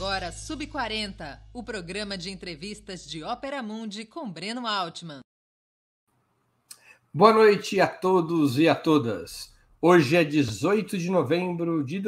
agora Sub40, o programa de entrevistas de Ópera Mundi com Breno Altman. Boa noite a todos e a todas. Hoje é 18 de novembro de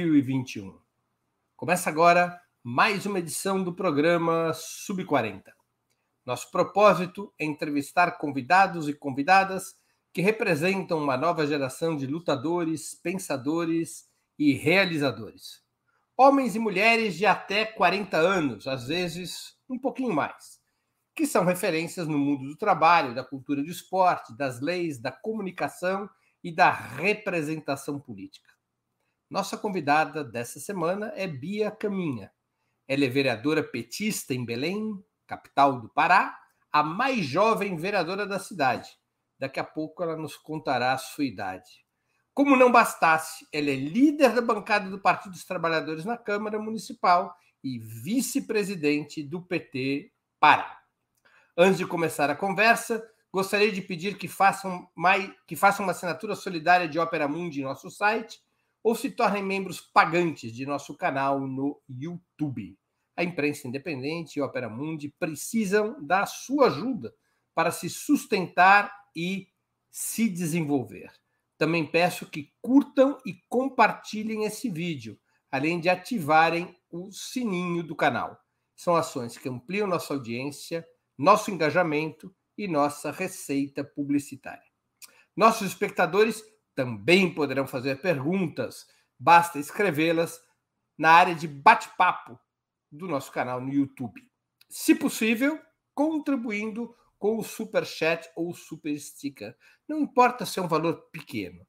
2021. Começa agora mais uma edição do programa Sub40. Nosso propósito é entrevistar convidados e convidadas que representam uma nova geração de lutadores, pensadores e realizadores. Homens e mulheres de até 40 anos, às vezes um pouquinho mais, que são referências no mundo do trabalho, da cultura do esporte, das leis, da comunicação e da representação política. Nossa convidada dessa semana é Bia Caminha. Ela é vereadora petista em Belém, capital do Pará, a mais jovem vereadora da cidade. Daqui a pouco ela nos contará a sua idade. Como não bastasse, ela é líder da bancada do Partido dos Trabalhadores na Câmara Municipal e vice-presidente do PT Pará. Antes de começar a conversa, gostaria de pedir que façam uma assinatura solidária de Ópera Mundi em nosso site ou se tornem membros pagantes de nosso canal no YouTube. A imprensa independente e Ópera Mundi precisam da sua ajuda para se sustentar e se desenvolver. Também peço que curtam e compartilhem esse vídeo, além de ativarem o sininho do canal. São ações que ampliam nossa audiência, nosso engajamento e nossa receita publicitária. Nossos espectadores também poderão fazer perguntas, basta escrevê-las na área de bate-papo do nosso canal no YouTube. Se possível, contribuindo com o Superchat ou o Super Sticker. Não importa se é um valor pequeno.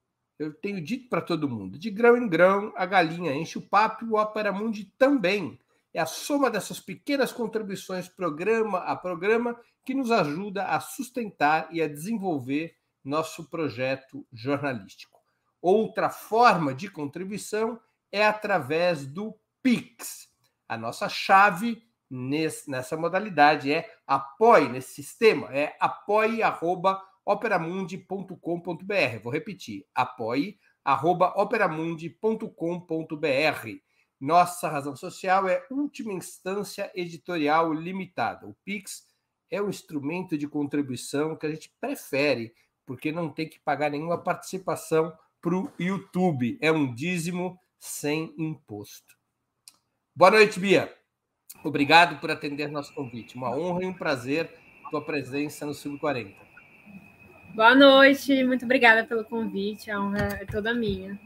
Eu tenho dito para todo mundo, de grão em grão, a galinha enche o papo e o Ópera Mundi também. É a soma dessas pequenas contribuições programa a programa que nos ajuda a sustentar e a desenvolver nosso projeto jornalístico. Outra forma de contribuição é através do Pix. A nossa chave nessa modalidade é apoie, nesse sistema, é apoie@operamundi.com.br. Vou repetir, apoie@operamundi.com.br. Nossa razão social é última instância editorial limitada. O Pix é um instrumento de contribuição que a gente prefere, porque não tem que pagar nenhuma participação para o YouTube. É um dízimo sem imposto. Boa noite, Bia. Obrigado por atender nosso convite. Uma honra e um prazer tua presença no Sub40. Boa noite, muito obrigada pelo convite. A honra é toda minha.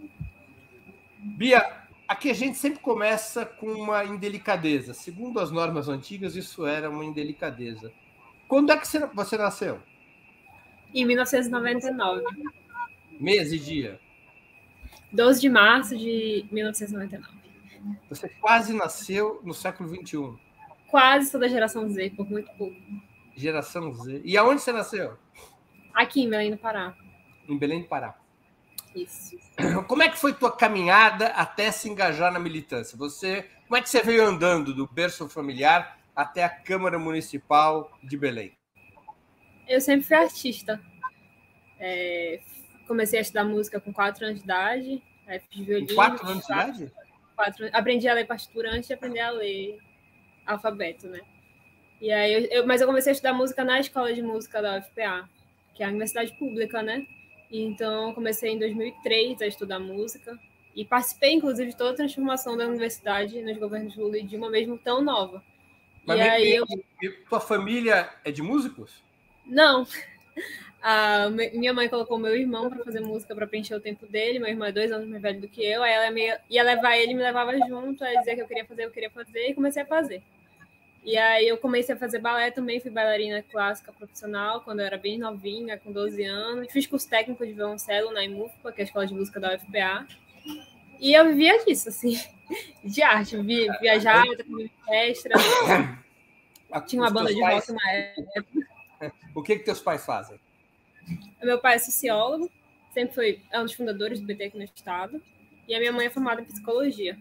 Bia, aqui a gente sempre começa com uma indelicadeza. Segundo as normas antigas, isso era uma indelicadeza. Quando é que você nasceu? Em 1999. Mês e dia? 12 de março de 1999. Você quase nasceu no século XXI. Quase sou da geração Z, por muito pouco. Geração Z. E aonde você nasceu? Aqui, em Belém do Pará. Em Belém do Pará. Isso. Como é que foi tua caminhada até se engajar na militância? Como é que você veio andando do berço familiar até a Câmara Municipal de Belém? Eu sempre fui artista. Comecei a estudar música com 4 anos de idade. Fiz violino. Com 4 anos de idade? Aprendi a ler partitura antes de aprender a ler alfabeto, né? E aí mas eu comecei a estudar música na escola de música da UFPA, que é a universidade pública, né? E então eu comecei em 2003 a estudar música e participei, inclusive, de toda a transformação da universidade nos governos Lula e Dilma, mesmo tão nova. Mas tua família é de músicos? Não. Minha mãe colocou meu irmão para fazer música para preencher o tempo dele. Meu irmão é 2 anos mais velho do que eu. Aí ela ia levar ele, me levava junto. Aí dizia que eu queria fazer e comecei a fazer. E aí eu comecei a fazer balé também. Fui bailarina clássica profissional quando eu era bem novinha, com 12 anos. Fiz curso técnico de violoncelo na IMUFPA, que é a escola de música da UFPA. E eu vivia disso, assim, de arte. Viajava, com orquestra. Tinha uma banda de rock na época. O que teus pais fazem? Meu pai é sociólogo, é um dos fundadores do PT aqui no estado, e a minha mãe é formada em psicologia.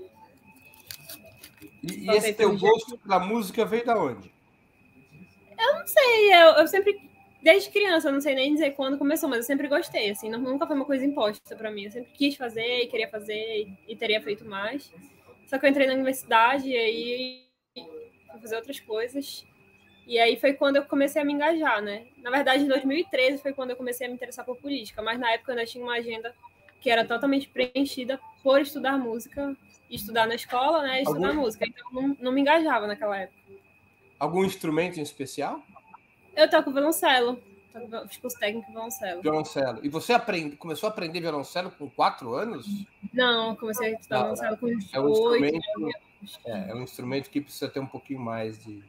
E esse teu gosto pela música veio da onde? Eu não sei, eu sempre, desde criança, eu não sei nem dizer quando começou, mas eu sempre gostei, assim, nunca foi uma coisa imposta para mim. Eu sempre quis fazer, queria fazer e teria feito mais. Só que eu entrei na universidade e aí fui fazer outras coisas. E aí foi quando eu comecei a me engajar, né? Na verdade, em 2013 foi quando eu comecei a me interessar por política, mas na época eu ainda tinha uma agenda que era totalmente preenchida por estudar música, estudar na escola, né? Estudar música. Então não me engajava naquela época. Algum instrumento em especial? Eu toco violoncelo. Fiz curso técnico de violoncelo. Violoncelo. E você começou a aprender violoncelo com 4 anos? Não, comecei a estudar violoncelo com 8 anos. É um instrumento que precisa ter um pouquinho mais de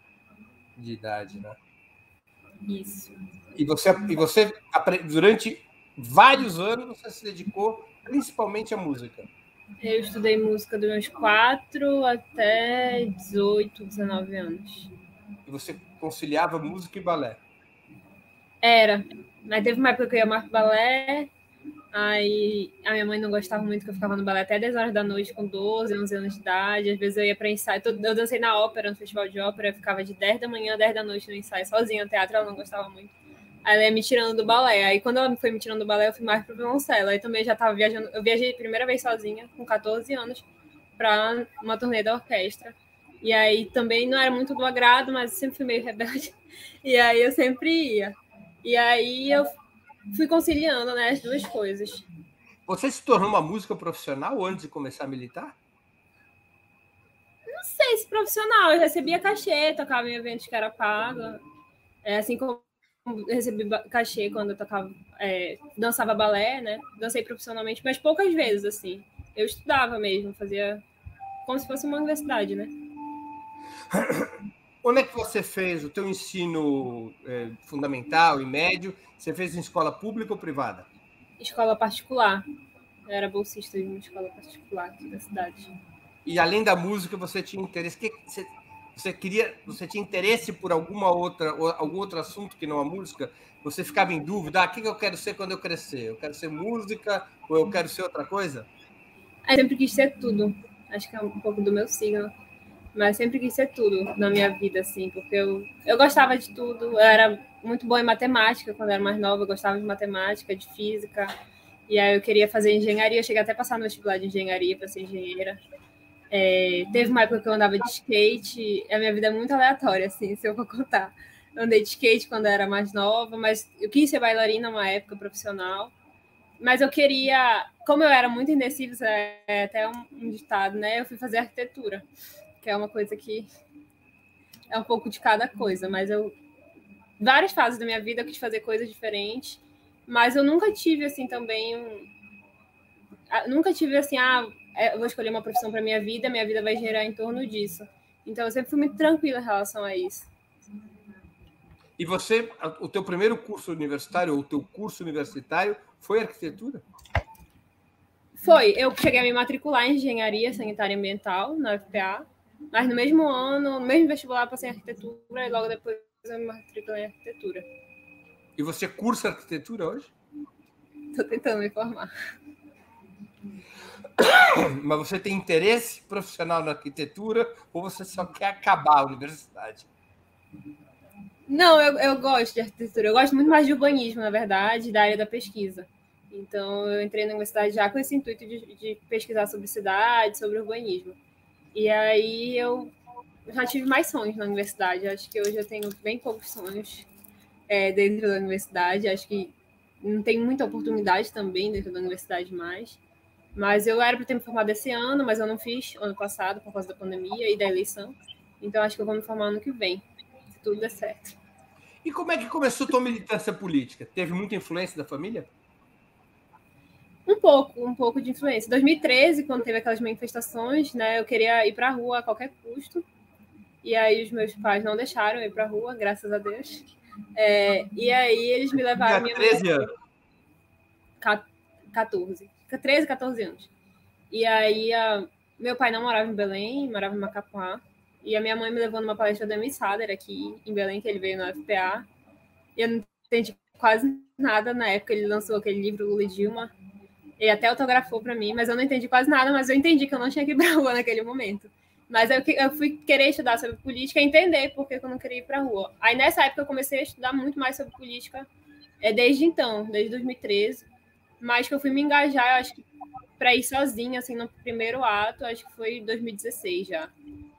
idade, né? Isso. E você durante vários anos, você se dedicou principalmente à música? Eu estudei música dos meus 4 até 18, 19 anos. E você conciliava música e balé? Era. Mas teve uma época que eu ia mais pro balé, aí a minha mãe não gostava muito que eu ficava no balé até 10 horas da noite, com 12, 11 anos de idade. Às vezes eu ia para ensaio. Eu dancei na ópera, no festival de ópera, eu ficava de 10 da manhã a 10 da noite no ensaio, sozinha no teatro, ela não gostava muito. Aí ela ia me tirando do balé. Aí quando ela foi me tirando do balé, eu fui mais pro violoncelo. Aí também já estava viajando. Eu viajei a primeira vez sozinha, com 14 anos, para uma turnê da orquestra. E aí também não era muito do agrado, mas eu sempre fui meio rebelde. E aí eu sempre ia. E aí eu fui conciliando, né, as duas coisas. Você se tornou uma música profissional antes de começar a militar? Não sei se profissional. Eu recebia cachê, tocava em eventos que era pago. Assim como eu recebi cachê quando eu tocava, dançava balé, né? Dancei profissionalmente, mas poucas vezes, assim. Eu estudava mesmo, fazia como se fosse uma universidade, né? Onde é que você fez o teu ensino fundamental e médio? Você fez em escola pública ou privada? Escola particular. Eu era bolsista de uma escola particular aqui da cidade. E além da música, você tinha interesse? Você tinha interesse por algum outro assunto que não a música? Você ficava em dúvida? O que eu quero ser quando eu crescer? Eu quero ser música ou eu quero ser outra coisa? Eu sempre quis ser tudo. Acho que é um pouco do meu signo. Mas sempre quis ser tudo na minha vida, assim, porque eu gostava de tudo. Eu era muito boa em matemática quando eu era mais nova. Eu gostava de matemática, de física. E aí eu queria fazer engenharia. Eu cheguei até a passar no vestibular de engenharia para ser engenheira. Teve uma época que eu andava de skate. A minha vida é muito aleatória, assim, se eu for contar. Eu andei de skate quando eu era mais nova, mas eu quis ser bailarina uma época profissional. Mas eu queria... Como eu era muito indecisa, é até um ditado, né? Eu fui fazer arquitetura, que é uma coisa que é um pouco de cada coisa, mas várias fases da minha vida eu quis fazer coisas diferentes, mas eu nunca tive, assim, também nunca tive, assim, eu vou escolher uma profissão para minha vida vai girar em torno disso. Então, eu sempre fui muito tranquila em relação a isso. E você, o teu primeiro curso universitário, ou o teu curso universitário, foi arquitetura? Foi. Eu cheguei a me matricular em engenharia sanitária e ambiental, na UFPA, mas no mesmo ano, no mesmo vestibular, eu passei em arquitetura e logo depois eu me matriculei em arquitetura. E você cursa arquitetura hoje? Estou tentando me formar. Mas você tem interesse profissional na arquitetura ou você só quer acabar a universidade? Não, eu gosto de arquitetura. Eu gosto muito mais de urbanismo, na verdade, da área da pesquisa. Então, eu entrei na universidade já com esse intuito de pesquisar sobre cidade, sobre urbanismo. E aí, eu já tive mais sonhos na universidade. Acho que hoje eu tenho bem poucos sonhos dentro da universidade. Acho que não tem muita oportunidade também dentro da universidade mais. Mas eu era para ter me formado esse ano, mas eu não fiz ano passado, por causa da pandemia e da eleição. Então, acho que eu vou me formar ano que vem, se tudo der certo. E como é que começou a tua militância política? Teve muita influência da família? Um pouco de influência. Em 2013, quando teve aquelas manifestações, né, eu queria ir para a rua a qualquer custo. E aí os meus pais não deixaram eu ir para a rua, graças a Deus. E aí eles me levaram... Tinha 13 anos. 13, 14 anos. E aí, meu pai não morava em Belém, morava em Macapá. E a minha mãe me levou numa palestra do Emmy Sader aqui em Belém, que ele veio na UFPA. E eu não entendi quase nada na época. Ele lançou aquele livro Lula e Dilma. Ele até autografou para mim, mas eu não entendi quase nada. Mas eu entendi que eu não tinha que ir para a rua naquele momento. Mas eu fui querer estudar sobre política e entender por que eu não queria ir para a rua. Aí, nessa época, eu comecei a estudar muito mais sobre política desde então, desde 2013. Mas que eu fui me engajar, eu acho que para ir sozinha, assim, no primeiro ato, acho que foi em 2016 já.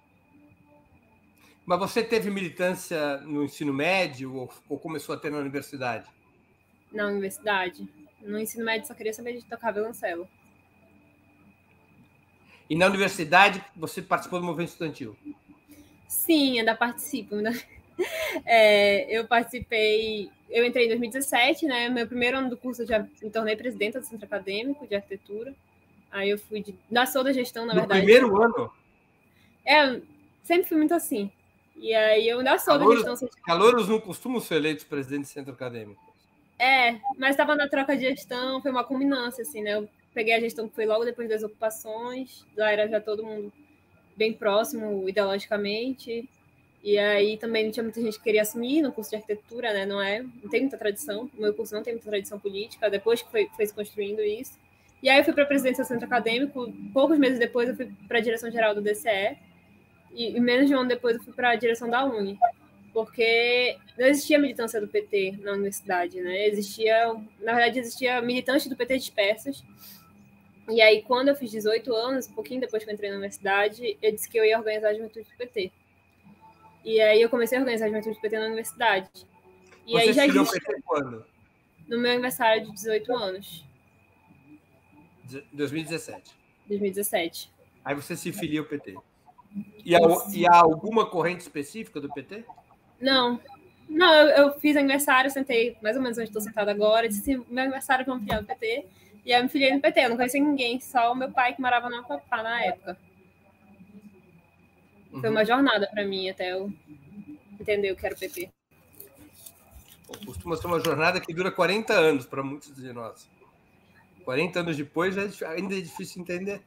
Mas você teve militância no ensino médio ou começou a ter na universidade? Na universidade. No ensino médio só queria saber de tocar violoncelo. E na universidade você participou do movimento estudantil? Sim, ainda participo. Eu participei... Eu entrei em 2017, né? Meu primeiro ano do curso eu já me tornei presidenta do Centro Acadêmico de Arquitetura. Aí eu fui da da gestão, na verdade. No primeiro ano? Sempre fui muito assim. E aí eu ainda sou da gestão. Calouros não costumam ser eleitos presidente do Centro Acadêmico. Mas estava na troca de gestão, foi uma culminância, assim, né? Eu peguei a gestão que foi logo depois das ocupações, lá era já todo mundo bem próximo ideologicamente, e aí também não tinha muita gente que queria assumir no curso de arquitetura, né? Não tem muita tradição, o meu curso não tem muita tradição política, depois que foi se construindo isso. E aí eu fui para a presidência do Centro Acadêmico, poucos meses depois eu fui para a direção-geral do DCE, e menos de um ano depois eu fui para a direção da UNE, porque não existia militância do PT na universidade, né? Na verdade, existia militante do PT dispersos. E aí, quando eu fiz 18 anos, um pouquinho depois que eu entrei na universidade, eu disse que eu ia organizar a juventude do PT. E aí eu comecei a organizar a juventude do PT na universidade. E você aí já filiou o PT quando? No meu aniversário de 18 anos. 2017. 2017. Aí você se filia ao PT. E há alguma corrente específica do PT? Não, eu fiz aniversário, sentei mais ou menos onde estou sentada agora, disse, meu aniversário vamos filiar no PT, e aí eu me filiei no PT, eu não conhecia ninguém, só o meu pai que morava na Papá na época. Foi uma jornada para mim até eu entender o que era o PT. Costuma ser uma jornada que dura 40 anos para muitos de nós. 40 anos depois ainda é difícil entender.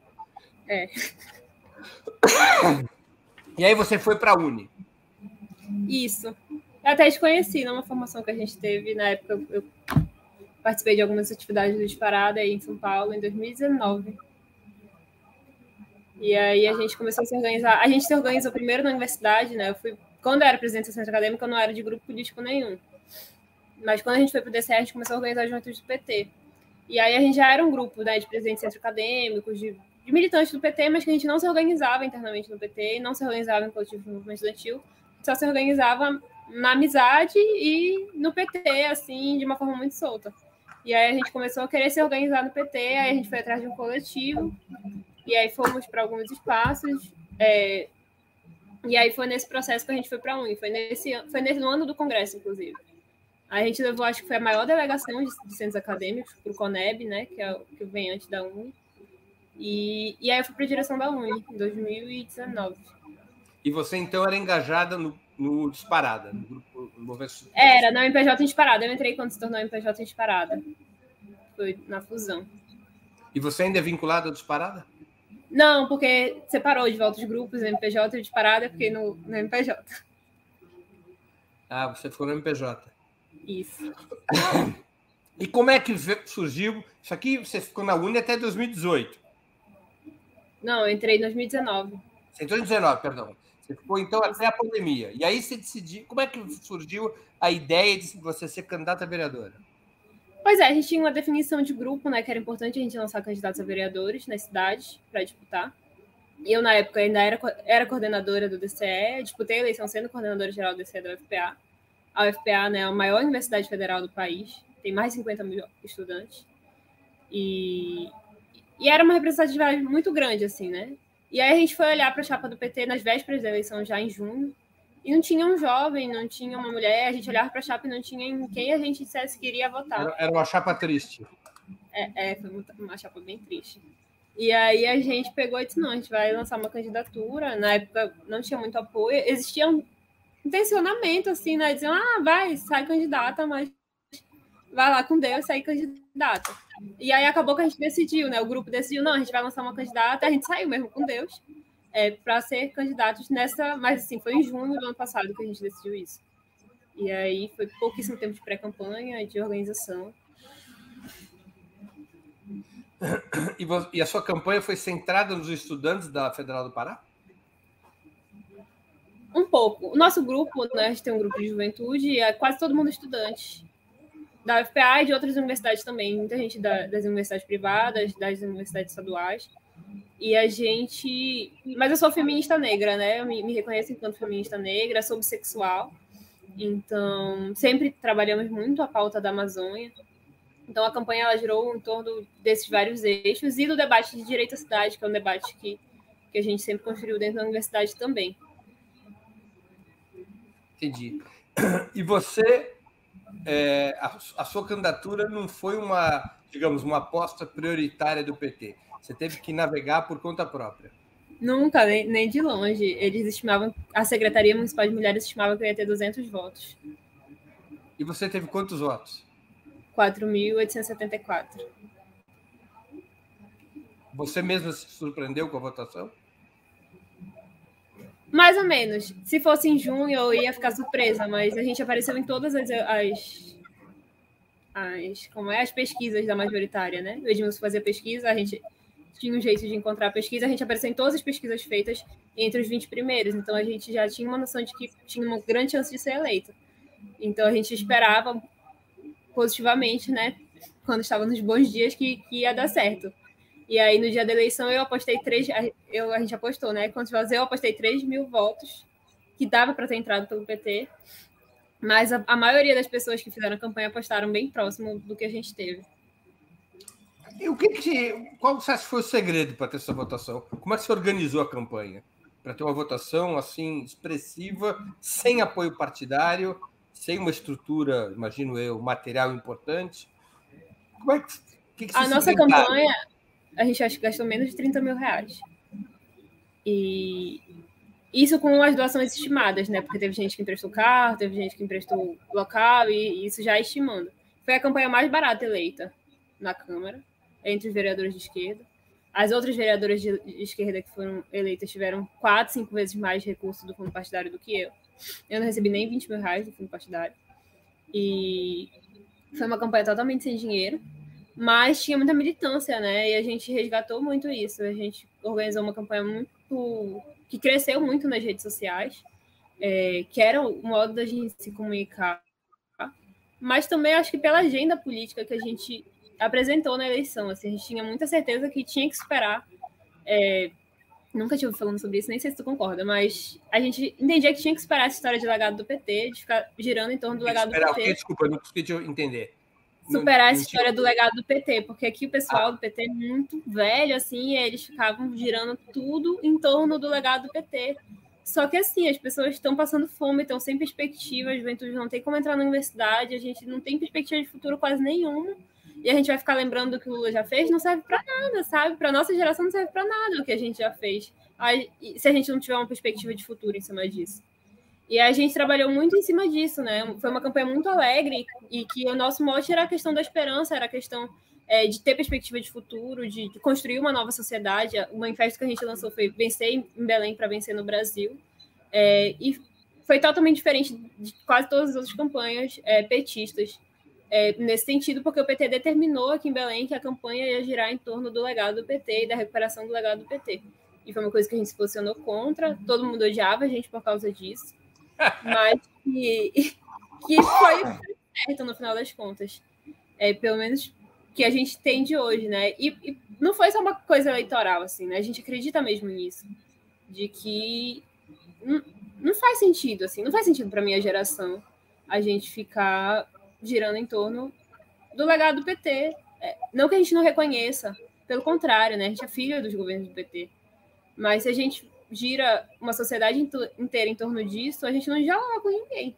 E aí você foi para a Uni? Isso. Eu até te conheci numa formação que a gente teve, na época eu participei de algumas atividades do Disparada aí em São Paulo, em 2019. E aí a gente começou a se organizar. A gente se organizou primeiro na universidade, né? Quando eu era presidente do Centro Acadêmico, eu não era de grupo político nenhum. Mas quando a gente foi para o DCE, a gente começou a organizar a juventude do PT. E aí a gente já era um grupo, né, de presidentes de centros acadêmicos, de militantes do PT, mas que a gente não se organizava internamente no PT, não se organizava em coletivo de movimento estudantil, só se organizava na amizade e no PT, assim, de uma forma muito solta. E aí a gente começou a querer se organizar no PT, aí a gente foi atrás de um coletivo, e aí fomos para alguns espaços, e aí foi nesse processo que a gente foi para a Uni, foi no ano do congresso, inclusive. A gente levou, acho que foi a maior delegação de centros acadêmicos para o CONEB, né, que é o que vem antes da Uni. E aí eu fui para a direção da Uni, em 2019. E você, então, era engajada no Disparada, no grupo movimento... Era, na MPJ em Disparada. Eu entrei quando se tornou MPJ em Disparada. Foi na fusão. E você ainda é vinculado ao Disparada? Não, porque separou de volta os grupos, MPJ e Disparada, porque no MPJ. Ah, você ficou no MPJ. Isso. E como é que surgiu? Isso aqui você ficou na Uni até 2018. Não, eu entrei em 2019. Você entrou em 2019, perdão. Você ficou, então, até a pandemia. E aí você decidiu... Como é que surgiu a ideia de você ser candidata a vereadora? Pois é, a gente tinha uma definição de grupo, né, que era importante a gente lançar candidatos a vereadores nas cidades para disputar. E eu, na época, ainda era coordenadora do DCE, disputei a eleição sendo coordenadora geral do DCE da UFPA. A UFPA, né, é a maior universidade federal do país, tem mais de 50 mil estudantes. E era uma representatividade muito grande, assim, né? E aí a gente foi olhar para a chapa do PT nas vésperas da eleição, já em junho, e não tinha um jovem, não tinha uma mulher, a gente olhava para a chapa e não tinha em quem a gente dissesse que iria votar. Era uma chapa triste. Foi uma chapa bem triste. E aí a gente pegou e disse, não, a gente vai lançar uma candidatura. Na época não tinha muito apoio, existia um intencionamento, assim, né? Diziam, sai candidata, mas vai lá com Deus, sai candidata. E aí acabou que a gente decidiu, né? O grupo decidiu, não, a gente vai lançar uma candidata, a gente saiu mesmo com Deus para ser candidatos nessa... Mas, assim, foi em junho do ano passado que a gente decidiu isso. E aí foi pouquíssimo tempo de pré-campanha e de organização. E a sua campanha foi centrada nos estudantes da Federal do Pará? Um pouco. O nosso grupo, né, a gente tem um grupo de juventude e é quase todo mundo estudante. da UFPA e de outras universidades também, muita gente das universidades privadas, das universidades estaduais. E a gente... Mas eu sou feminista negra, né? Eu me reconheço enquanto feminista negra, sou bissexual. Então, sempre trabalhamos muito a pauta da Amazônia. Então, a campanha ela girou em torno desses vários eixos e do debate de direito à cidade, que é um debate que a gente sempre construiu dentro da universidade também. Entendi. E você, a sua candidatura não foi uma, digamos, uma aposta prioritária do PT. Você teve que navegar por conta própria. Nunca, nem de longe. Eles estimavam, a Secretaria Municipal de Mulheres estimava que eu ia ter 200 votos. E você teve quantos votos? 4.874. Você mesma se surpreendeu com a votação? Mais ou menos. Se fosse em junho, eu ia ficar surpresa, mas a gente apareceu em todas as pesquisas da majoritária, né? O Edmilson fazia pesquisa, a gente tinha um jeito de encontrar a pesquisa, a gente apareceu em todas as pesquisas feitas entre os 20 primeiros, então a gente já tinha uma noção de que tinha uma grande chance de ser eleita. Então a gente esperava positivamente, né? Quando estava nos bons dias, que ia dar certo. E aí, no dia da eleição, eu apostei a gente apostou, né? Quando eu apostei 3.000 votos, que dava para ter entrado pelo PT, mas a maioria das pessoas que fizeram a campanha apostaram bem próximo do que a gente teve. E qual você acha que foi o segredo para ter essa votação? Como é que você organizou a campanha? Para ter uma votação assim expressiva, sem apoio partidário, sem uma estrutura, imagino eu, material importante? Como é que a nossa campanha, a gente acho que gastou menos de 30 mil reais. E isso com as doações estimadas, né? Porque teve gente que emprestou carro, teve gente que emprestou local, e isso já estimando. Foi a campanha mais barata eleita na Câmara, entre os vereadores de esquerda. As outras vereadoras de esquerda que foram eleitas tiveram 4, 5 vezes mais recursos do fundo partidário do que eu. Eu não recebi nem 20 mil reais do fundo partidário. E foi uma campanha totalmente sem dinheiro, mas tinha muita militância, né? E a gente resgatou muito isso. A gente organizou uma campanha que cresceu muito nas redes sociais, que era o modo da gente se comunicar, mas também acho que pela agenda política que a gente apresentou na eleição. Assim, a gente tinha muita certeza que tinha que superar. Nunca tive falando sobre isso, nem sei se tu concorda, mas a gente entendia que tinha que superar essa história de legado do PT, de ficar girando em torno do legado do PT. Desculpa, não consegui entender. Superar essa história do legado do PT, porque aqui o pessoal do PT é muito velho, assim, e eles ficavam girando tudo em torno do legado do PT. Só que, assim, as pessoas estão passando fome, estão sem perspectiva, a juventude não tem como entrar na universidade, a gente não tem perspectiva de futuro quase nenhuma, e a gente vai ficar lembrando do que o Lula já fez, não serve para nada, sabe? Para nossa geração não serve para nada o que a gente já fez, se a gente não tiver uma perspectiva de futuro em cima disso. E a gente trabalhou muito em cima disso, né? Foi uma campanha muito alegre e que o nosso mote era a questão da esperança, era a questão de ter perspectiva de futuro, de construir uma nova sociedade. O manifesto que a gente lançou foi vencer em Belém para vencer no Brasil. E foi totalmente diferente de quase todas as outras campanhas petistas. Nesse sentido, porque o PT determinou aqui em Belém que a campanha ia girar em torno do legado do PT e da recuperação do legado do PT. E foi uma coisa que a gente se posicionou contra, todo mundo odiava a gente por causa disso, mas que foi certo no final das contas. Pelo menos que a gente tem de hoje, né? E não foi só uma coisa eleitoral, assim, né? A gente acredita mesmo nisso, de que não faz sentido, assim, não faz sentido para minha geração a gente ficar girando em torno do legado do PT. Não que a gente não reconheça, pelo contrário, né? A gente é filho dos governos do PT. Mas se a gente gira uma sociedade inteira em torno disso, a gente não dialoga com ninguém.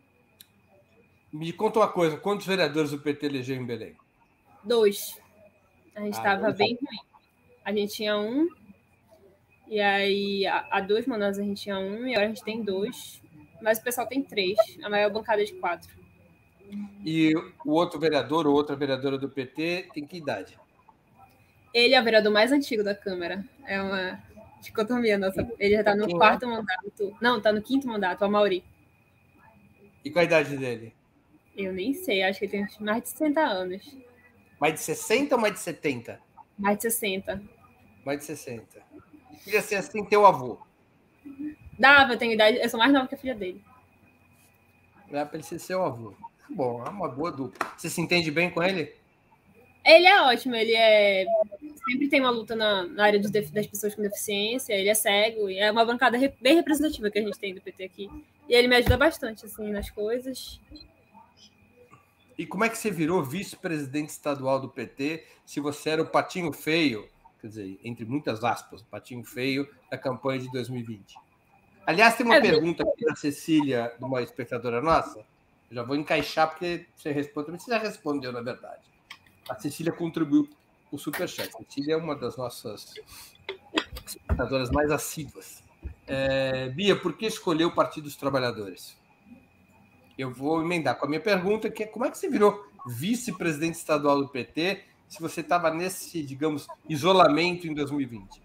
Me conta uma coisa, quantos vereadores o PT elegeu em Belém? 2. A gente estava bem ruim. A gente tinha 1, e aí há 2 mandatos a gente tinha 1, e agora a gente tem 2, mas o pessoal tem 3, a maior bancada é de 4. E o outro vereador ou outra vereadora do PT tem que idade? Ele é o vereador mais antigo da Câmara. É uma dicotomia nossa. Ele já está no 4º mandato. Não, está no 5º mandato, o Amaury. E qual a idade dele? Eu nem sei, acho que ele tem mais de 60 anos. Mais de 60 ou mais de 70? Mais de 60. Mais de 60. Queria ser assim teu avô. Dava, eu tenho idade. Eu sou mais nova que a filha dele. Dá para ele ser seu avô. Bom, é uma boa dupla. Você se entende bem com ele? Ele é ótimo, sempre tem uma luta na área das pessoas com deficiência, ele é cego, e é uma bancada bem representativa que a gente tem do PT aqui. E ele me ajuda bastante, assim, nas coisas. E como é que você virou vice-presidente estadual do PT se você era o patinho feio, quer dizer, entre muitas aspas, o patinho feio da campanha de 2020? Aliás, tem uma pergunta aqui da Cecília, de uma espectadora nossa. Eu já vou encaixar porque você responde, mas você já respondeu, na verdade. A Cecília contribuiu com o Superchat. A Cecília é uma das nossas espectadoras mais assíduas. Bia, por que escolheu o Partido dos Trabalhadores? Eu vou emendar com a minha pergunta, que é como é que você virou vice-presidente estadual do PT se você estava nesse, digamos, isolamento em 2020?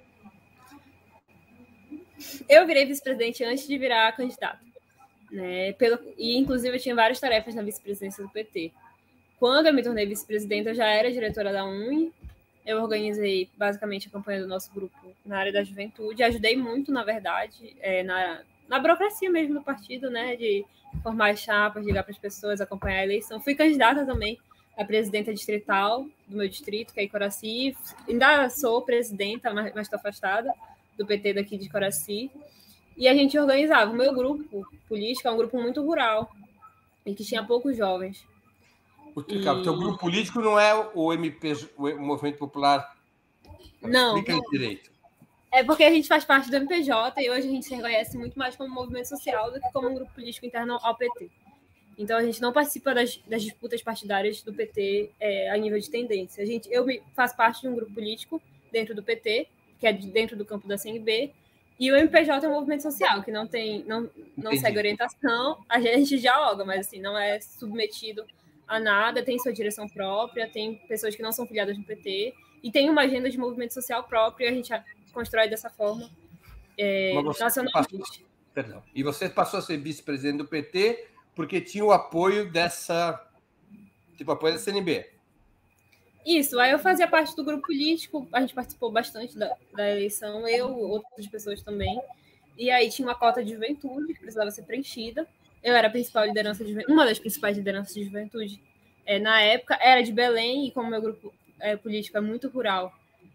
Eu virei vice-presidente antes de virar candidata, né? E, inclusive, eu tinha várias tarefas na vice-presidência do PT. Quando eu me tornei vice-presidenta, eu já era diretora da UNE. Eu organizei, basicamente, a campanha do nosso grupo na área da juventude. Ajudei muito, na verdade, na burocracia mesmo do partido, né? De formar as chapas, ligar para as pessoas, acompanhar a eleição. Fui candidata também a presidenta distrital do meu distrito, que é Coraci. Ainda sou presidenta, mas estou afastada do PT daqui de Coraci. E a gente organizava. O meu grupo político é um grupo muito rural e que tinha poucos jovens. O teu grupo político não é o MP, o Movimento Popular? Não. Explica direito. É porque a gente faz parte do MPJ e hoje a gente se reconhece muito mais como movimento social do que como um grupo político interno ao PT. Então, a gente não participa das disputas partidárias do PT a nível de tendência. Eu faço parte de um grupo político dentro do PT, que é dentro do campo da CNB, e o MPJ é um movimento social, que não segue orientação, a gente dialoga, mas assim, não é submetido a nada, tem sua direção própria, tem pessoas que não são filiadas no PT, e tem uma agenda de movimento social próprio, e a gente constrói dessa forma nacionalmente. Perdão. E você passou a ser vice-presidente do PT porque tinha o apoio apoio da CNB. Isso, aí eu fazia parte do grupo político, a gente participou bastante da eleição, outras pessoas também, e aí tinha uma cota de juventude que precisava ser preenchida. Eu era a principal liderança uma das principais lideranças de juventude. Na época, era de Belém, e como meu grupo político é muito rural,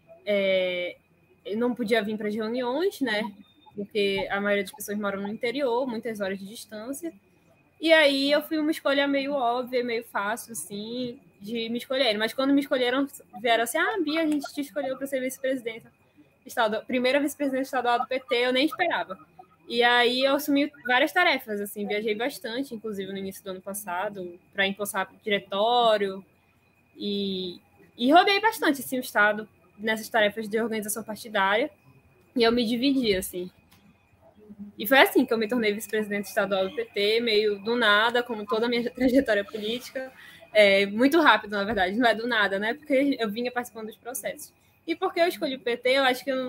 eu não podia vir para as reuniões, né? Porque a maioria das pessoas moram no interior, muitas horas de distância. E aí eu fui uma escolha meio óbvia, meio fácil, assim, de me escolherem. Mas quando me escolheram, vieram assim, Bia, a gente te escolheu para ser vice-presidenta estadual, primeira vice-presidente estadual do PT, eu nem esperava. E aí eu assumi várias tarefas, assim, viajei bastante, inclusive no início do ano passado, para impulsar diretório, e rodei bastante, assim, o estado nessas tarefas de organização partidária, e eu me dividi, assim. E foi assim que eu me tornei vice-presidente estadual do PT, meio do nada, como toda a minha trajetória política, muito rápido, na verdade, não é do nada, né? Porque eu vinha participando dos processos. E porque eu escolhi o PT, eu acho que eu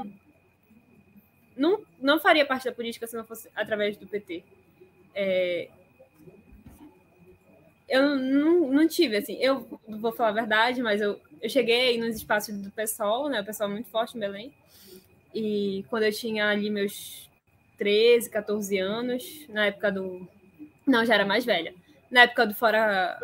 não faria parte da política se não fosse através do PT. Eu não tive, assim, eu vou falar a verdade, mas eu cheguei nos espaços do PSOL, né? O PSOL é muito forte em Belém, e quando eu tinha ali meus 13, 14 anos, na época do... Não, já era mais velha. Na época do Fora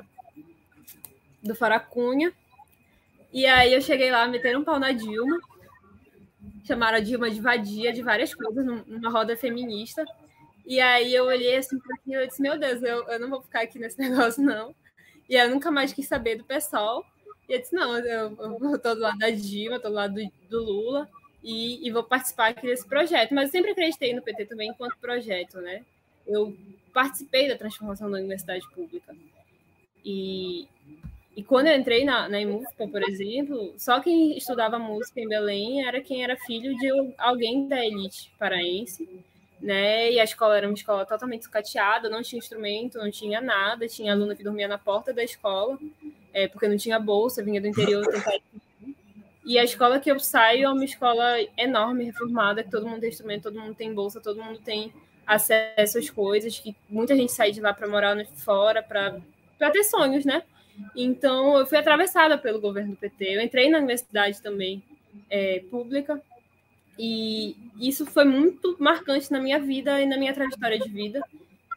Cunha, e aí eu cheguei lá, meteram um pau na Dilma, chamaram a Dilma de vadia de várias coisas, numa roda feminista. E aí eu olhei assim para aquilo e disse, meu Deus, eu não vou ficar aqui nesse negócio, não. E eu nunca mais quis saber do PSOL. E eu disse, não, eu tô do lado da Dilma, tô do lado do Lula, e vou participar aqui desse projeto. Mas eu sempre acreditei no PT também enquanto projeto, né? Eu participei da transformação da universidade pública. E quando eu entrei na EMUFPA, por exemplo, só quem estudava música em Belém era quem era filho de alguém da elite paraense, né? E a escola era uma escola totalmente sucateada, não tinha instrumento, não tinha nada, tinha aluno que dormia na porta da escola, porque não tinha bolsa, vinha do interior. E a escola que eu saio é uma escola enorme, reformada, que todo mundo tem instrumento, todo mundo tem bolsa, todo mundo tem acesso às coisas, que muita gente sai de lá para morar fora, para ter sonhos, né? Então, eu fui atravessada pelo governo do PT. Eu entrei na universidade também pública, e isso foi muito marcante na minha vida e na minha trajetória de vida.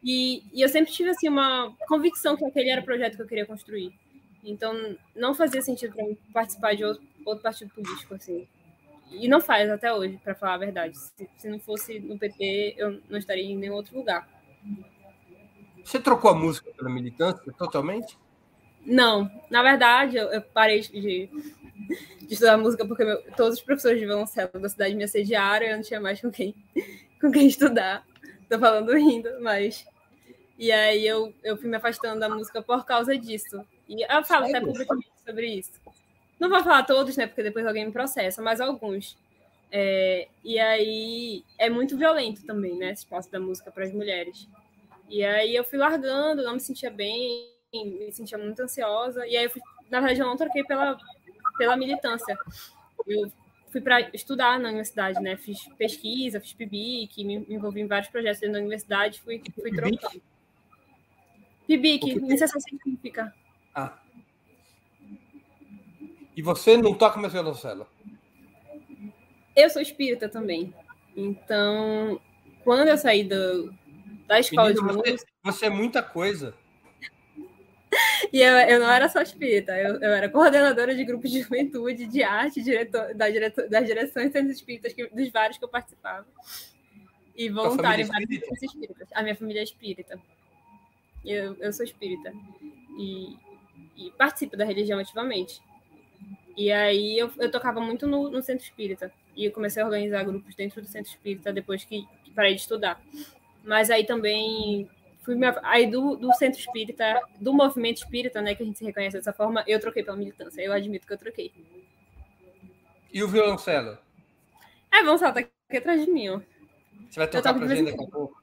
E eu sempre tive assim, uma convicção que aquele era o projeto que eu queria construir. Então, não fazia sentido para mim participar de outro partido político, assim. E não faz até hoje, para falar a verdade. Se não fosse no PT, eu não estaria em nenhum outro lugar. Você trocou a música pela militância totalmente? Não, na verdade, eu parei de estudar música porque todos os professores de violoncelo da cidade me assediaram e eu não tinha mais com quem estudar. Tô falando rindo, mas... E aí eu fui me afastando da música por causa disso. E eu falo até publicamente sobre isso. Não vou falar todos, né? Porque depois alguém me processa, mas alguns. E aí é muito violento também, né? Esse espaço da música para as mulheres. E aí eu fui largando, não me sentia bem, me sentia muito ansiosa. E aí, na verdade, eu não troquei pela militância. Eu fui para estudar na universidade, né? Fiz pesquisa, fiz PIBIC, me envolvi em vários projetos dentro da universidade, fui trocando. PIBIC, iniciação científica. Ah. E você não toca mais violoncelo? Eu sou espírita também. Então, quando eu saí da escola de música... Você é muita coisa. E eu não era só espírita, eu era coordenadora de grupos de juventude, de arte, das direções de espíritas, dos vários que eu participava. E voluntária em vários grupos espíritas. A minha família é espírita. Eu sou espírita. E participo da religião ativamente. E aí eu tocava muito no centro espírita. E eu comecei a organizar grupos dentro do centro espírita depois que parei de estudar. Mas aí também... Aí do centro espírita, do movimento espírita, né, que a gente se reconhece dessa forma, eu troquei pela militância. Eu admito que eu troquei. E o violoncelo? Vamos lá, tá aqui atrás de mim, ó. Você vai tocar pra gente daqui a pouco?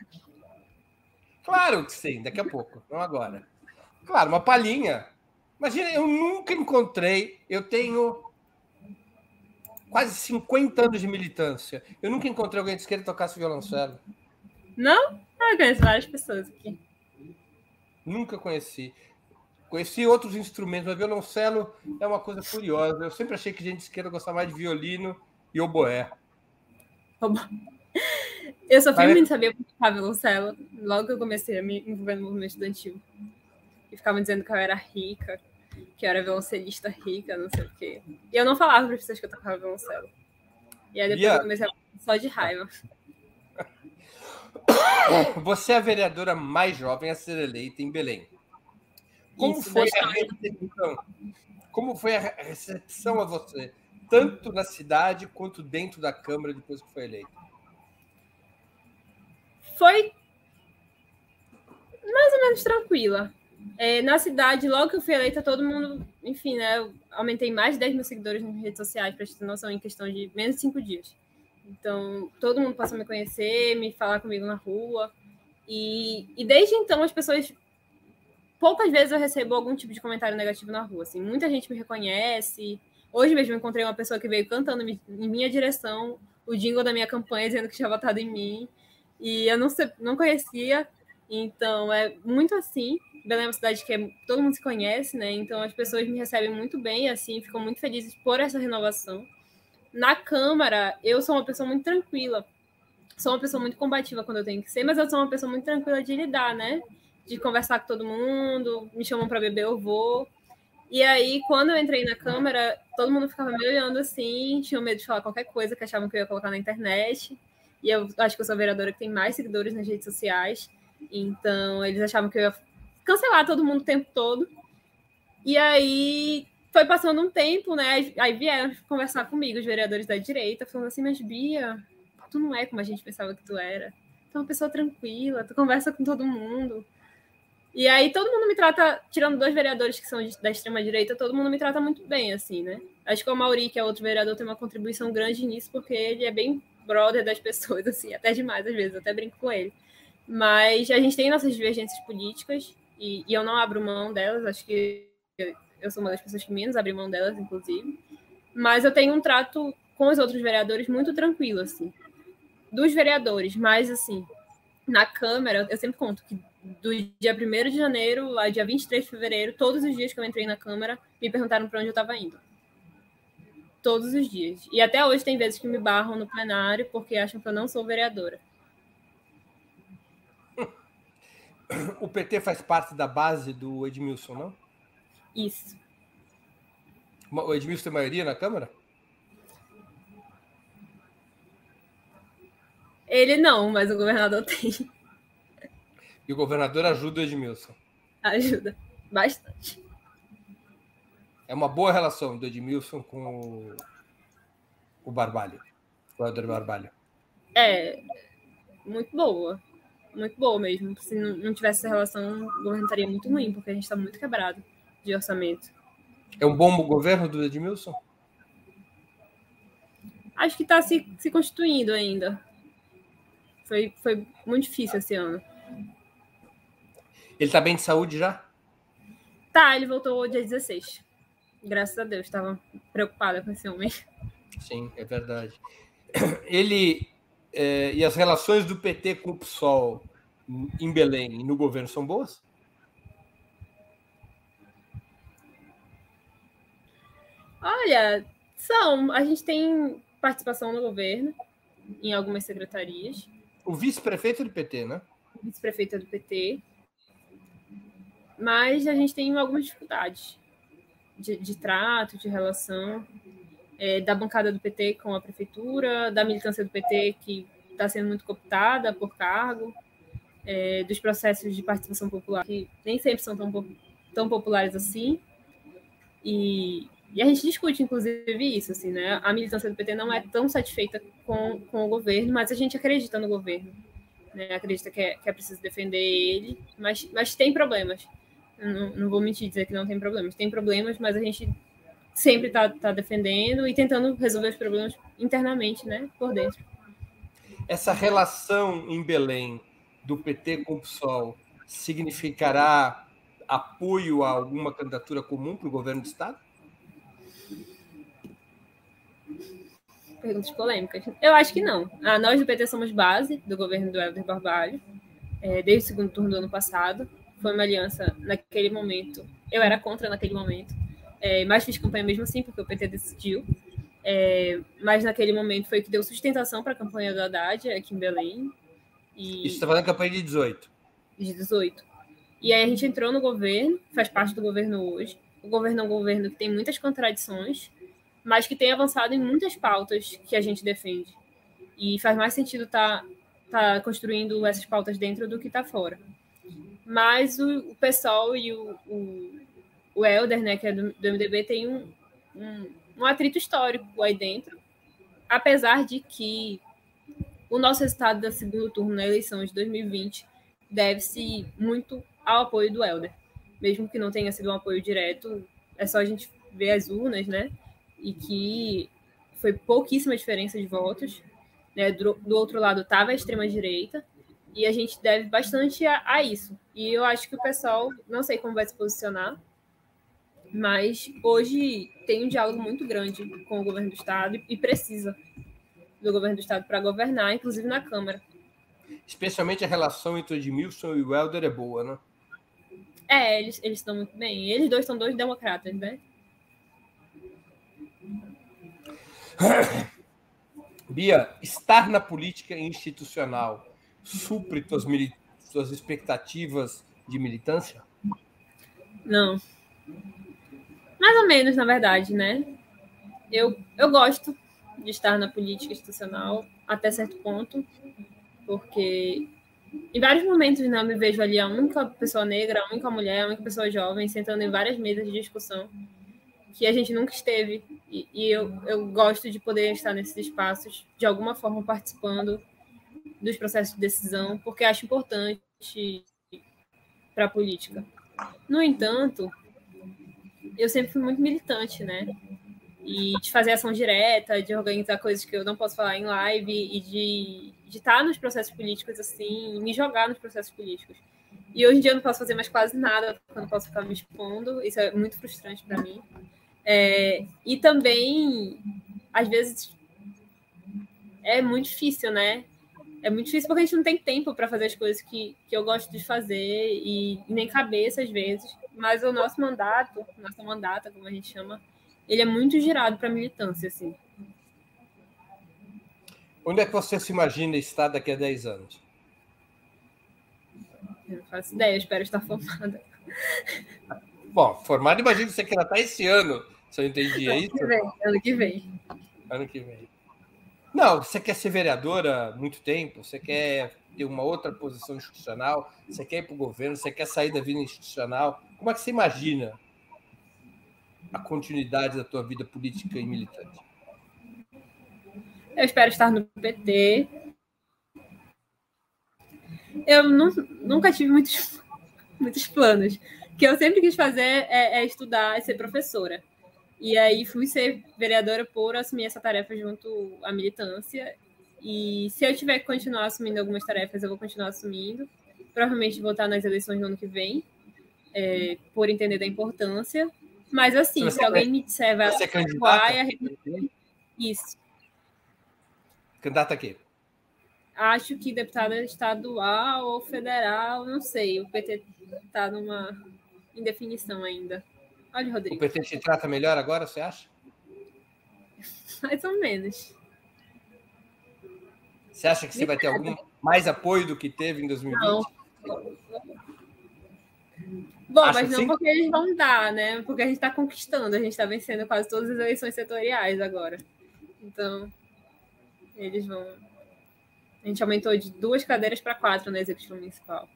Claro que sim, daqui a pouco, não agora. Claro, uma palhinha. Imagina, eu nunca encontrei, eu tenho quase 50 anos de militância. Eu nunca encontrei alguém de esquerda que tocasse violoncelo. Não? Eu conheço várias pessoas aqui. Nunca conheci. Conheci outros instrumentos, mas violoncelo é uma coisa curiosa. Eu sempre achei que gente de esquerda gostava mais de violino e oboé. Eu só fui muito saber tocar violoncelo logo que eu comecei a me envolver no movimento estudantil. E ficavam dizendo que eu era rica, que eu era violoncelista rica, não sei o quê. E eu não falava para as pessoas que eu tocava violoncelo. E aí depois eu comecei a falar só de raiva. Você é a vereadora mais jovem a ser eleita em Belém. Como foi a recepção a você, tanto na cidade quanto dentro da Câmara depois que foi eleita? Foi mais ou menos tranquila. Na cidade, logo que eu fui eleita, todo mundo... Enfim, né? Eu aumentei mais de 10 mil seguidores nas redes sociais, para ter noção, em questão de menos de 5 dias. Então, todo mundo passou a me conhecer, me falar comigo na rua. E desde então, as pessoas... Poucas vezes eu recebo algum tipo de comentário negativo na rua. Assim. Muita gente me reconhece. Hoje mesmo eu encontrei uma pessoa que veio cantando em minha direção o jingle da minha campanha, dizendo que tinha votado em mim. E eu não conhecia. Então, é muito assim. Belém é uma cidade que todo mundo se conhece, né? Então, as pessoas me recebem muito bem, assim, ficam muito felizes por essa renovação. Na Câmara, eu sou uma pessoa muito tranquila. Sou uma pessoa muito combativa quando eu tenho que ser, mas eu sou uma pessoa muito tranquila de lidar, né? De conversar com todo mundo, me chamam para beber, eu vou. E aí, quando eu entrei na Câmara, todo mundo ficava me olhando assim, tinha medo de falar qualquer coisa que achavam que eu ia colocar na internet. E eu acho que eu sou a vereadora que tem mais seguidores nas redes sociais. Então, eles achavam que eu ia cancelar todo mundo o tempo todo. E aí, foi passando um tempo, né? Aí vieram conversar comigo, os vereadores da direita, falando assim, mas Bia, tu não é como a gente pensava que tu era. Tu é uma pessoa tranquila, tu conversa com todo mundo. E aí todo mundo me trata, tirando 2 vereadores que são da extrema-direita, todo mundo me trata muito bem, assim, né? Acho que o Mauri, que é outro vereador, tem uma contribuição grande nisso, porque ele é bem brother das pessoas, assim, até demais às vezes, eu até brinco com ele. Mas a gente tem nossas divergências políticas, e eu não abro mão delas, acho que eu sou uma das pessoas que menos abre mão delas, inclusive. Mas eu tenho um trato com os outros vereadores muito tranquilo, assim. Dos vereadores, mas, assim, na Câmara, eu sempre conto que do dia 1º de janeiro ao dia 23 de fevereiro, todos os dias que eu entrei na Câmara, me perguntaram para onde eu estava indo. Todos os dias. E até hoje tem vezes que me barram no plenário porque acham que eu não sou vereadora. O PT faz parte da base do Edmilson, não? Isso. O Edmilson tem maioria na Câmara? Ele não, mas o governador tem. E o governador ajuda o Edmilson? Ajuda bastante. É uma boa relação do Edmilson com o Barbalho, o Helder Barbalho. É, muito boa. Muito boa mesmo. Se não tivesse essa relação, o governo estaria muito ruim, porque a gente está muito quebrado de orçamento. É um bom governo do Edmilson? Acho que está se constituindo ainda. Foi muito difícil esse ano. Ele está bem de saúde já? Tá, ele voltou dia 16. Graças a Deus, estava preocupada com esse homem. Sim, é verdade. Ele e as relações do PT com o PSOL em Belém e no governo são boas? Olha, a gente tem participação no governo, em algumas secretarias. O vice-prefeito é do PT, né? O vice-prefeito é do PT. Mas a gente tem algumas dificuldades de trato, de relação, da bancada do PT com a prefeitura, da militância do PT, que está sendo muito cooptada por cargo, dos processos de participação popular, que nem sempre são tão populares assim. E a gente discute, inclusive, isso, assim, né? A militância do PT não é tão satisfeita com o governo, mas a gente acredita no governo, né? Acredita que é preciso defender ele, mas tem problemas. Não vou mentir dizer que não tem problemas. Tem problemas, mas a gente sempre está defendendo e tentando resolver os problemas internamente, né? Por dentro. Essa relação em Belém do PT com o PSOL significará apoio a alguma candidatura comum para o governo do Estado? Perguntas polêmicas. Eu acho que não. Nós do PT somos base do governo do Helder Barbalho, desde o segundo turno do ano passado. Foi uma aliança naquele momento. Eu era contra naquele momento, mas fiz campanha mesmo assim, porque o PT decidiu. Mas naquele momento foi o que deu sustentação para a campanha do Haddad aqui em Belém. Isso está fazendo campanha de 18. De 18. E aí a gente entrou no governo, faz parte do governo hoje. O governo é um governo que tem muitas contradições, mas que tem avançado em muitas pautas que a gente defende. E faz mais sentido tá construindo essas pautas dentro do que tá fora. Mas o PSOL e o Helder, né, que é do MDB, tem um atrito histórico aí dentro, apesar de que o nosso resultado da segundo turno na eleição de 2020 deve-se muito ao apoio do Helder. Mesmo que não tenha sido um apoio direto, é só a gente ver as urnas, né? E que foi pouquíssima diferença de votos. Né? Do outro lado estava a extrema-direita, e a gente deve bastante a isso. E eu acho que o pessoal, não sei como vai se posicionar, mas hoje tem um diálogo muito grande com o governo do Estado e precisa do governo do Estado para governar, inclusive na Câmara. Especialmente a relação entre o Edmilson e o Helder é boa, né? Eles estão muito bem. Eles dois são dois democratas, né? Bia, estar na política institucional supre suas expectativas de militância? Não. Mais ou menos, na verdade, né? Eu gosto de estar na política institucional até certo ponto, porque em vários momentos, né, eu me vejo ali a única pessoa negra, a única mulher, a única pessoa jovem, sentando em várias mesas de discussão que a gente nunca esteve. E eu gosto de poder estar nesses espaços, de alguma forma participando dos processos de decisão, porque acho importante para a política. No entanto, eu sempre fui muito militante, né? E de fazer ação direta, de organizar coisas que eu não posso falar em live e de estar nos processos políticos, assim, me jogar nos processos políticos. E hoje em dia eu não posso fazer mais quase nada, porque eu não posso ficar me expondo, isso é muito frustrante para mim. E também, às vezes, é muito difícil, né? É muito difícil porque a gente não tem tempo para fazer as coisas que eu gosto de fazer e nem cabeça, às vezes. Mas o nossa mandata, como a gente chama, ele é muito girado para a militância, assim. Onde é que você se imagina estar daqui a 10 anos? Eu não faço ideia, eu espero estar formada. Bom, formada, imagino que você quer estar esse ano, se eu entendi, é isso? Ano que vem. Ano que vem. Não, você quer ser vereadora há muito tempo, você quer ter uma outra posição institucional, você quer ir para o governo, você quer sair da vida institucional. Como é que você imagina a continuidade da tua vida política e militante? Eu espero estar no PT. Eu nunca tive muitos planos. O que eu sempre quis fazer é estudar e ser professora. E aí fui ser vereadora por assumir essa tarefa junto à militância. E se eu tiver que continuar assumindo algumas tarefas, eu vou continuar assumindo. Provavelmente vou estar nas eleições do ano que vem, por entender da importância. Mas assim, se alguém me disser vai ser candidata? Isso. Candidata a quê? Acho que deputada estadual ou federal, não sei. O PT está numa indefinição ainda. Olha, Rodrigo. O PT te trata melhor agora, você acha? Mais ou menos. Você acha que você vai ter algum mais apoio do que teve em 2020? Não. Bom, Acha mas não assim? porque eles vão dar, né? Porque a gente está conquistando, a gente está vencendo quase todas as eleições setoriais agora. Então, eles vão... A gente aumentou de 2 cadeiras para 4 no Executivo Municipal.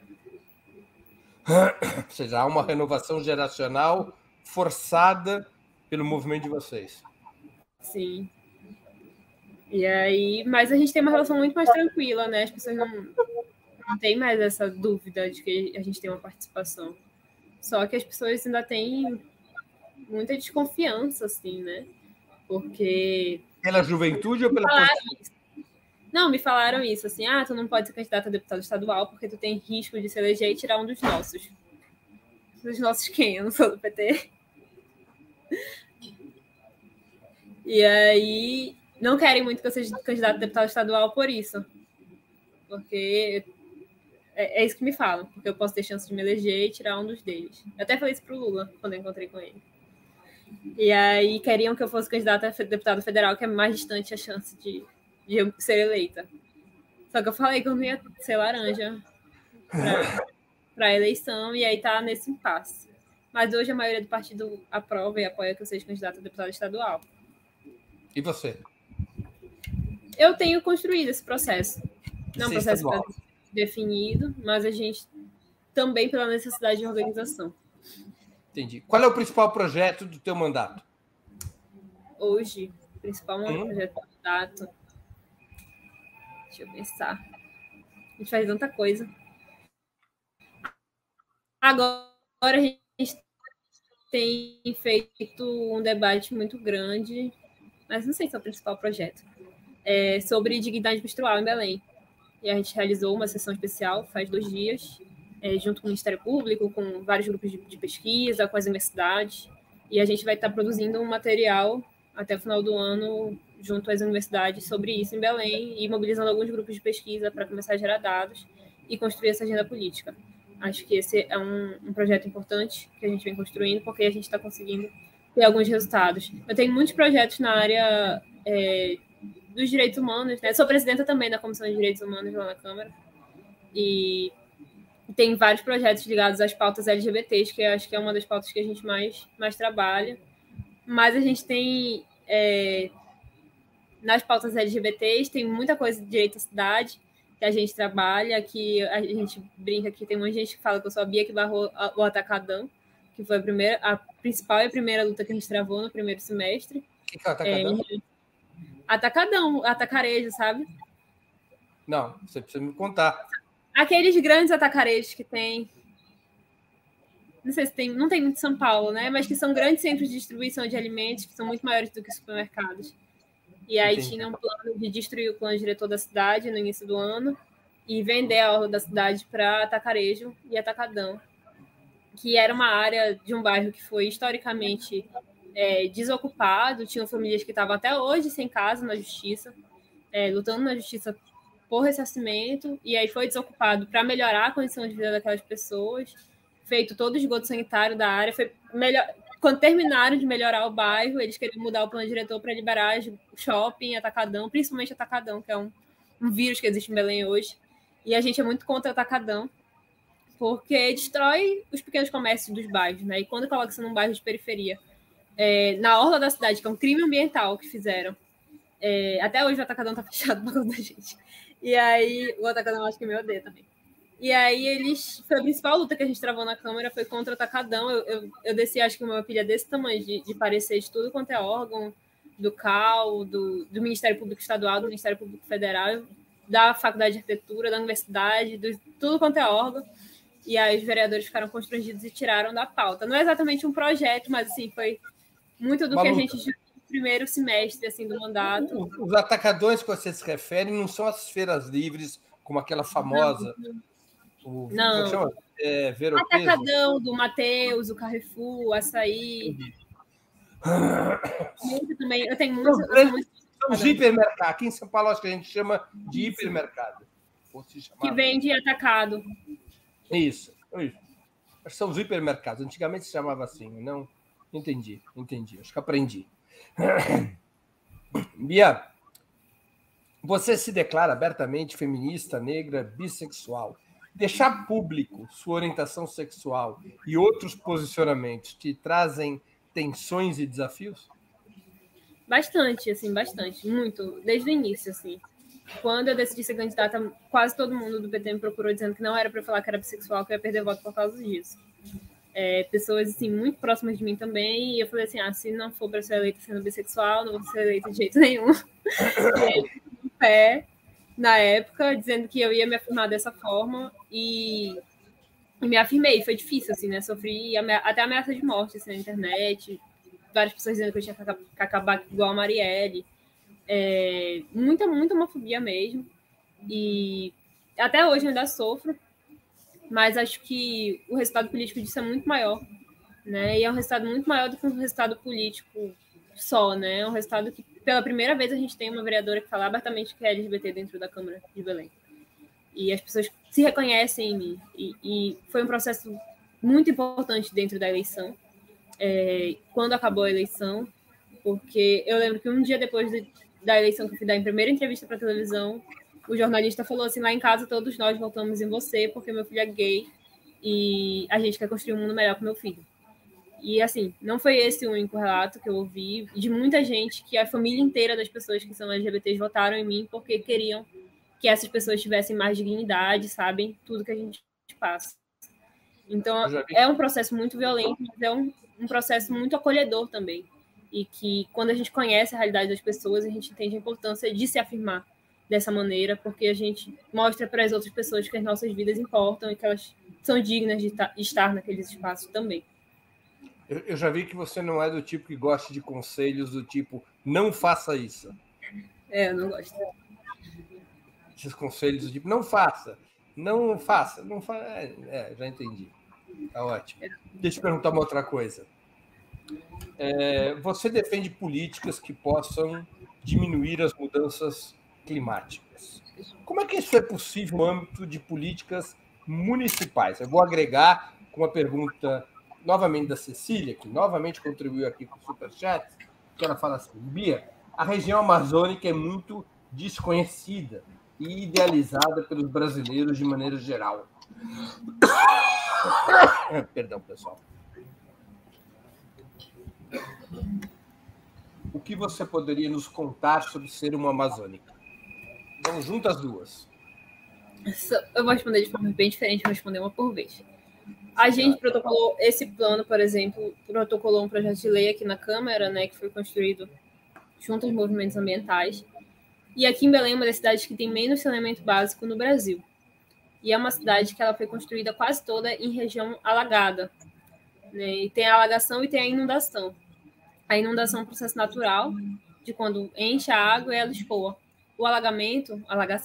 Ou seja, há uma renovação geracional forçada pelo movimento de vocês. Sim. E aí, mas a gente tem uma relação muito mais tranquila, né? As pessoas não têm mais essa dúvida de que a gente tem uma participação. Só que as pessoas ainda têm muita desconfiança, assim, né? Porque... Pela juventude ou pela postura? Não, me falaram isso, assim, tu não pode ser candidato a deputado estadual porque tu tem risco de se eleger e tirar um dos nossos. Dos nossos quem? Eu não sou do PT. E aí, não querem muito que eu seja candidato a deputado estadual por isso. Porque é isso que me falam, porque eu posso ter chance de me eleger e tirar um dos deles. Eu até falei isso pro Lula, quando eu encontrei com ele. E aí, queriam que eu fosse candidata a deputado federal, que é mais distante a chance de eu ser eleita. Só que eu falei que eu não ia ser laranja para a eleição, e aí tá nesse impasse. Mas hoje a maioria do partido aprova e apoia que eu seja candidata a deputado estadual. E você? Eu tenho construído esse processo. Não é um processo estadual definido, mas a gente também pela necessidade de organização. Entendi. Qual é o principal projeto do teu mandato? Hoje, o principal projeto do mandato... Deixa eu pensar. A gente faz tanta coisa. Agora a gente tem feito um debate muito grande, mas não sei se é o principal projeto, sobre dignidade menstrual em Belém. E a gente realizou uma sessão especial faz 2 dias, junto com o Ministério Público, com vários grupos de pesquisa, com as universidades. E a gente vai estar produzindo um material até o final do ano junto às universidades sobre isso em Belém e mobilizando alguns grupos de pesquisa para começar a gerar dados e construir essa agenda política. Acho que esse é um projeto importante que a gente vem construindo, porque a gente está conseguindo ter alguns resultados. Eu tenho muitos projetos na área dos direitos humanos, né? Sou presidenta também da Comissão de Direitos Humanos lá na Câmara, e tem vários projetos ligados às pautas LGBTs, que eu acho que é uma das pautas que a gente mais trabalha. Mas a gente tem... nas pautas LGBTs tem muita coisa de direito à cidade que a gente trabalha, que a gente brinca que tem muita gente que fala que eu sou a Bia que barrou o Atacadão, que foi a principal e a primeira luta que a gente travou no primeiro semestre. O que é o Atacadão? Atacadão, atacarejo, sabe? Não, você precisa me contar. Aqueles grandes atacarejos que tem... Não sei se tem... Não tem muito em São Paulo, né? Mas que são grandes centros de distribuição de alimentos, que são muito maiores do que supermercados. E aí tinha um plano de destruir o plano diretor da cidade no início do ano e vender a orla da cidade para atacarejo e atacadão, que era uma área de um bairro que foi historicamente desocupado. Tinham famílias que estavam até hoje sem casa na justiça, lutando na justiça por ressarcimento, e aí foi desocupado para melhorar a condição de vida daquelas pessoas, feito todo o esgoto sanitário da área, foi melhor... Quando terminaram de melhorar o bairro, eles queriam mudar o plano diretor para liberar shopping, atacadão, principalmente atacadão, que é um vírus que existe em Belém hoje. E a gente é muito contra atacadão. porque destrói os pequenos comércios dos bairros, né? E quando coloca isso num bairro de periferia, na orla da cidade, que é um crime ambiental que fizeram, até hoje o Atacadão tá fechado por conta da gente. E aí, o Atacadão acho que me odeia também. E aí, foi a principal luta que a gente travou na Câmara, foi contra o Atacadão. Eu desci, acho que uma pilha desse tamanho, de parecer de tudo quanto é órgão, do CAU, do Ministério Público Estadual, do Ministério Público Federal, da Faculdade de Arquitetura, da Universidade, tudo quanto é órgão. E aí os vereadores ficaram constrangidos e tiraram da pauta. Não é exatamente um projeto, mas assim, foi muito do que a gente viu no primeiro semestre assim, do mandato. Os atacadões que você se refere não são as feiras livres, como aquela famosa... Não. Chama? Atacadão do Mateus, o Carrefour, o Açaí. Muito também. Eu tenho muito. São os hipermercados. Aqui em São Paulo, acho que a gente chama de hipermercado. Que vende atacado. Isso. Acho que são os hipermercados. Antigamente se chamava assim. Não entendi. Acho que aprendi. Bia, você se declara abertamente feminista, negra, bissexual. Deixar público sua orientação sexual e outros posicionamentos te trazem tensões e desafios? Bastante, assim, bastante. Muito. Desde o início, assim. Quando eu decidi ser candidata, quase todo mundo do PT me procurou dizendo que não era para falar que era bissexual, que eu ia perder voto por causa disso. Pessoas, assim, muito próximas de mim também. E eu falei assim, se não for para ser eleita sendo bissexual, não vou ser eleita de jeito nenhum. E aí, em pé, na época, dizendo que eu ia me afirmar dessa forma. E me afirmei. Foi difícil, assim, né? Sofri até ameaça de morte, assim, na internet. Várias pessoas dizendo que eu tinha que acabar igual a Marielle. Muita homofobia mesmo. E até hoje eu ainda sofro, mas acho que o resultado político disso é muito maior, né? E é um resultado muito maior do que um resultado político só, né? É um resultado que, pela primeira vez, a gente tem uma vereadora que fala abertamente que é LGBT dentro da Câmara de Belém. E as pessoas se reconhecem em mim. E foi um processo muito importante dentro da eleição. Quando acabou a eleição, porque eu lembro que um dia depois da eleição que eu fui dar em primeira entrevista para a televisão, o jornalista falou assim, lá em casa todos nós votamos em você porque meu filho é gay e a gente quer construir um mundo melhor com meu filho. E assim, não foi esse o único relato que eu ouvi de muita gente, que a família inteira das pessoas que são LGBTs votaram em mim porque queriam que essas pessoas tivessem mais dignidade, sabem tudo que a gente passa. Então, é um processo muito violento, mas é um processo muito acolhedor também. E que, quando a gente conhece a realidade das pessoas, a gente entende a importância de se afirmar dessa maneira, porque a gente mostra para as outras pessoas que as nossas vidas importam e que elas são dignas de estar naqueles espaços também. Eu já vi que você não é do tipo que gosta de conselhos do tipo, não faça isso. Eu não gosto. Esses conselhos do tipo, não faça. Já entendi. Tá ótimo. Deixa eu perguntar uma outra coisa. Você defende políticas que possam diminuir as mudanças climáticas. Como é que isso é possível no âmbito de políticas municipais? Eu vou agregar com uma pergunta novamente da Cecília, que novamente contribuiu aqui com o Superchat, que ela fala assim, Bia, a região amazônica é muito desconhecida e idealizada pelos brasileiros de maneira geral. Perdão, pessoal. O que você poderia nos contar sobre ser uma amazônica? Então, junta as duas. Eu vou responder de forma bem diferente, vou responder uma por vez. A gente protocolou esse plano, por exemplo, protocolou um projeto de lei aqui na Câmara, né, que foi construído junto aos movimentos ambientais. E aqui em Belém é uma das cidades que tem menos saneamento básico no Brasil. E é uma cidade que ela foi construída quase toda em região alagada, né? E tem a alagação e tem a inundação. A inundação é um processo natural de quando enche a água e ela escoa. O alagamento,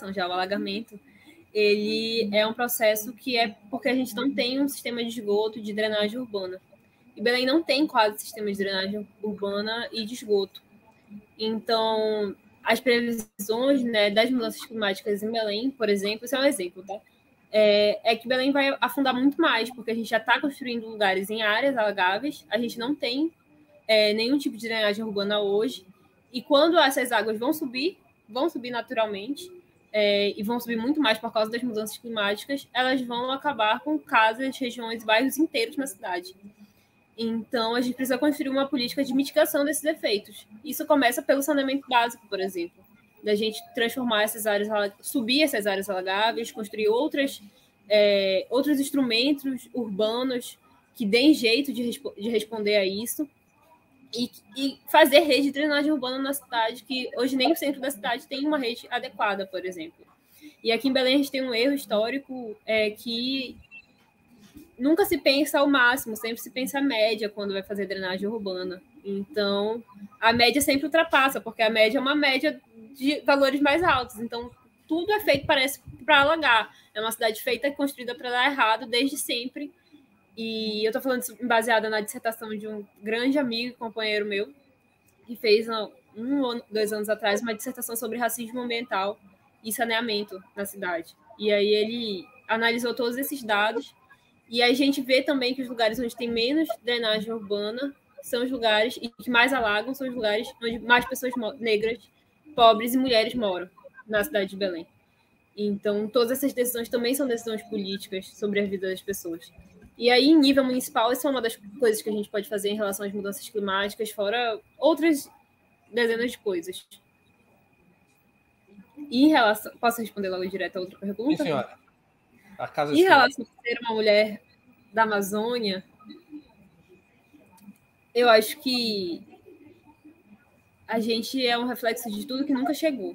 ele é um processo que é porque a gente não tem um sistema de esgoto, de drenagem urbana. E Belém não tem quase sistema de drenagem urbana e de esgoto. Então, as previsões, né, das mudanças climáticas em Belém, por exemplo, isso é um exemplo, tá? É que Belém vai afundar muito mais, porque a gente já está construindo lugares em áreas alagáveis, a gente não tem nenhum tipo de drenagem urbana hoje, e quando essas águas vão subir naturalmente, e vão subir muito mais por causa das mudanças climáticas, elas vão acabar com casas, regiões, bairros inteiros na cidade. Então, a gente precisa construir uma política de mitigação desses efeitos. Isso começa pelo saneamento básico, por exemplo, da gente transformar essas áreas, subir essas áreas alagáveis, construir outros instrumentos urbanos que deem jeito de responder a isso, e fazer rede de drenagem urbana na cidade, que hoje nem o centro da cidade tem uma rede adequada, por exemplo. E aqui em Belém a gente tem um erro histórico que nunca se pensa ao máximo, sempre se pensa a média quando vai fazer drenagem urbana. Então, a média sempre ultrapassa, porque a média é uma média de valores mais altos. Então, tudo é feito, parece, para alagar. É uma cidade feita e construída para dar errado desde sempre. E eu estou falando isso baseada na dissertação de um grande amigo e companheiro meu, que fez 1 ou 2 anos atrás uma dissertação sobre racismo ambiental e saneamento na cidade. E aí ele analisou todos esses dados, e a gente vê também que os lugares onde tem menos drenagem urbana são os lugares, e que mais alagam, são os lugares onde mais pessoas negras, pobres e mulheres moram na cidade de Belém. Então, todas essas decisões também são decisões políticas sobre a vida das pessoas. E aí, em nível municipal, essa é uma das coisas que a gente pode fazer em relação às mudanças climáticas, fora outras dezenas de coisas. E em relação... Posso responder logo direto a outra pergunta? Sim, senhora. A casa em relação a ser uma mulher da Amazônia, eu acho que a gente é um reflexo de tudo que nunca chegou,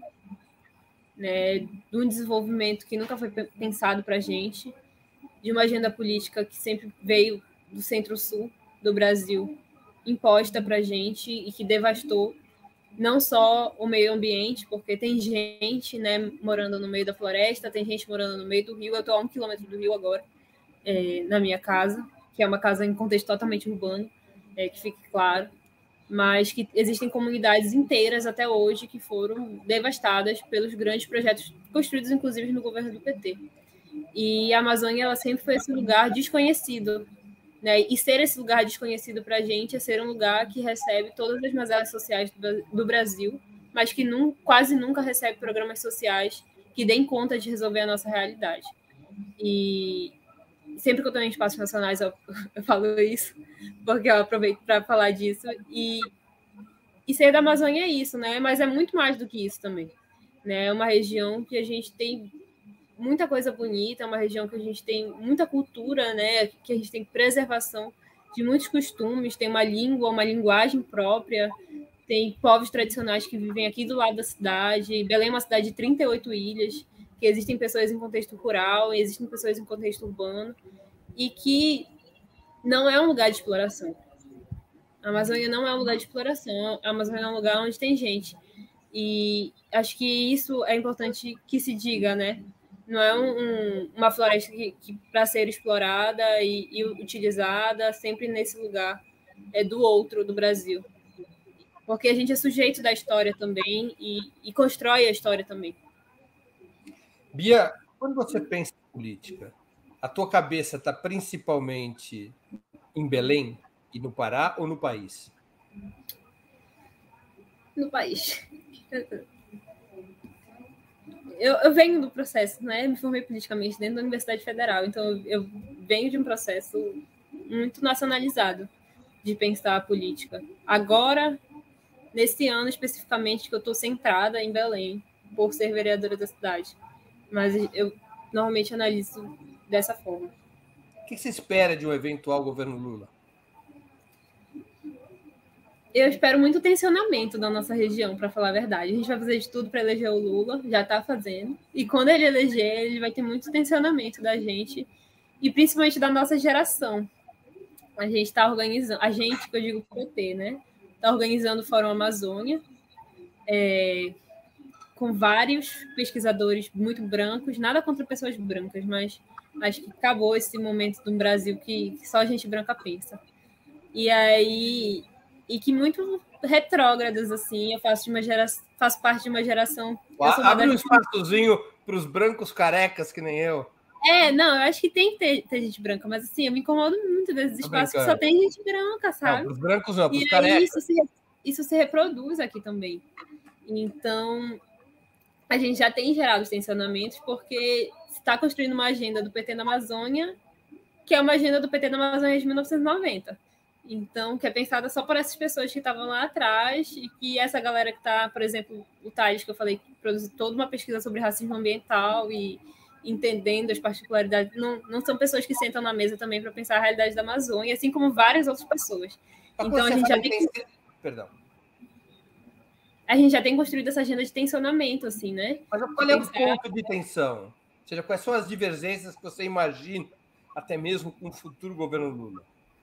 né? De um desenvolvimento que nunca foi pensado para a gente, de uma agenda política que sempre veio do centro-sul do Brasil, imposta para a gente e que devastou não só o meio ambiente, porque tem gente, né, morando no meio da floresta, tem gente morando no meio do rio. Eu estou a 1 quilômetro do rio agora, na minha casa, que é uma casa em contexto totalmente urbano, que fique claro, mas que existem comunidades inteiras até hoje que foram devastadas pelos grandes projetos construídos, inclusive, no governo do PT. E a Amazônia, ela sempre foi esse lugar desconhecido, né? E ser esse lugar desconhecido para a gente é ser um lugar que recebe todas as mazelas sociais do Brasil, mas que quase nunca recebe programas sociais que deem conta de resolver a nossa realidade. E sempre que eu estou em espaços nacionais eu falo isso, porque eu aproveito para falar disso. E ser da Amazônia é isso, né? Mas é muito mais do que isso também, né? É uma região que a gente tem muita coisa bonita, é uma região que a gente tem muita cultura, né? Que a gente tem preservação de muitos costumes, tem uma língua, uma linguagem própria, tem povos tradicionais que vivem aqui do lado da cidade. Belém é uma cidade de 38 ilhas, que existem pessoas em contexto rural, existem pessoas em contexto urbano, e que não é um lugar de exploração. A Amazônia não é um lugar de exploração, a Amazônia é um lugar onde tem gente. E acho que isso é importante que se diga, né? Não é uma floresta que para ser explorada e utilizada sempre nesse lugar do outro, do Brasil. Porque a gente é sujeito da história também e constrói a história também. Bia, quando você pensa em política, a tua cabeça está principalmente em Belém e no Pará ou no país? No país. Eu venho do processo, né? Me formei politicamente dentro da Universidade Federal, então eu venho de um processo muito nacionalizado de pensar a política. Agora, nesse ano especificamente, que eu estou centrada em Belém, por ser vereadora da cidade. Mas eu normalmente analiso dessa forma. O que você espera de um eventual governo Lula? Eu espero muito tensionamento da nossa região, para falar a verdade. A gente vai fazer de tudo para eleger o Lula, já está fazendo. E quando ele eleger, ele vai ter muito tensionamento da gente, e principalmente da nossa geração. A gente está organizando, a gente, que eu digo PT, né? Está organizando o Fórum Amazônia, com vários pesquisadores muito brancos, nada contra pessoas brancas, mas acho que acabou esse momento do Brasil que só gente branca pensa. E aí... E que muito retrógradas, assim. Eu faço parte de uma geração... Abre um espaçozinho para os brancos carecas, que nem eu. Não, eu acho que tem que ter gente branca, mas assim, eu me incomodo muito desses espaços que só tem gente branca, sabe? Não, para os brancos não, para os carecas. Isso se reproduz aqui também. Então, a gente já tem gerado os tensionamentos porque está construindo uma agenda do PT na Amazônia, que é uma agenda do PT na Amazônia de 1990. Então, que é pensada só por essas pessoas que estavam lá atrás e que essa galera que está, por exemplo, o Thales, que eu falei, que produziu toda uma pesquisa sobre racismo ambiental e entendendo as particularidades, não são pessoas que sentam na mesa também para pensar a realidade da Amazônia, assim como várias outras pessoas. Então, a gente já tem... Perdão. A gente já tem construído essa agenda de tensionamento, assim, né? Mas qual é o ponto de tensão? Ou seja, quais são as divergências que você imagina, até mesmo com o futuro governo Lula?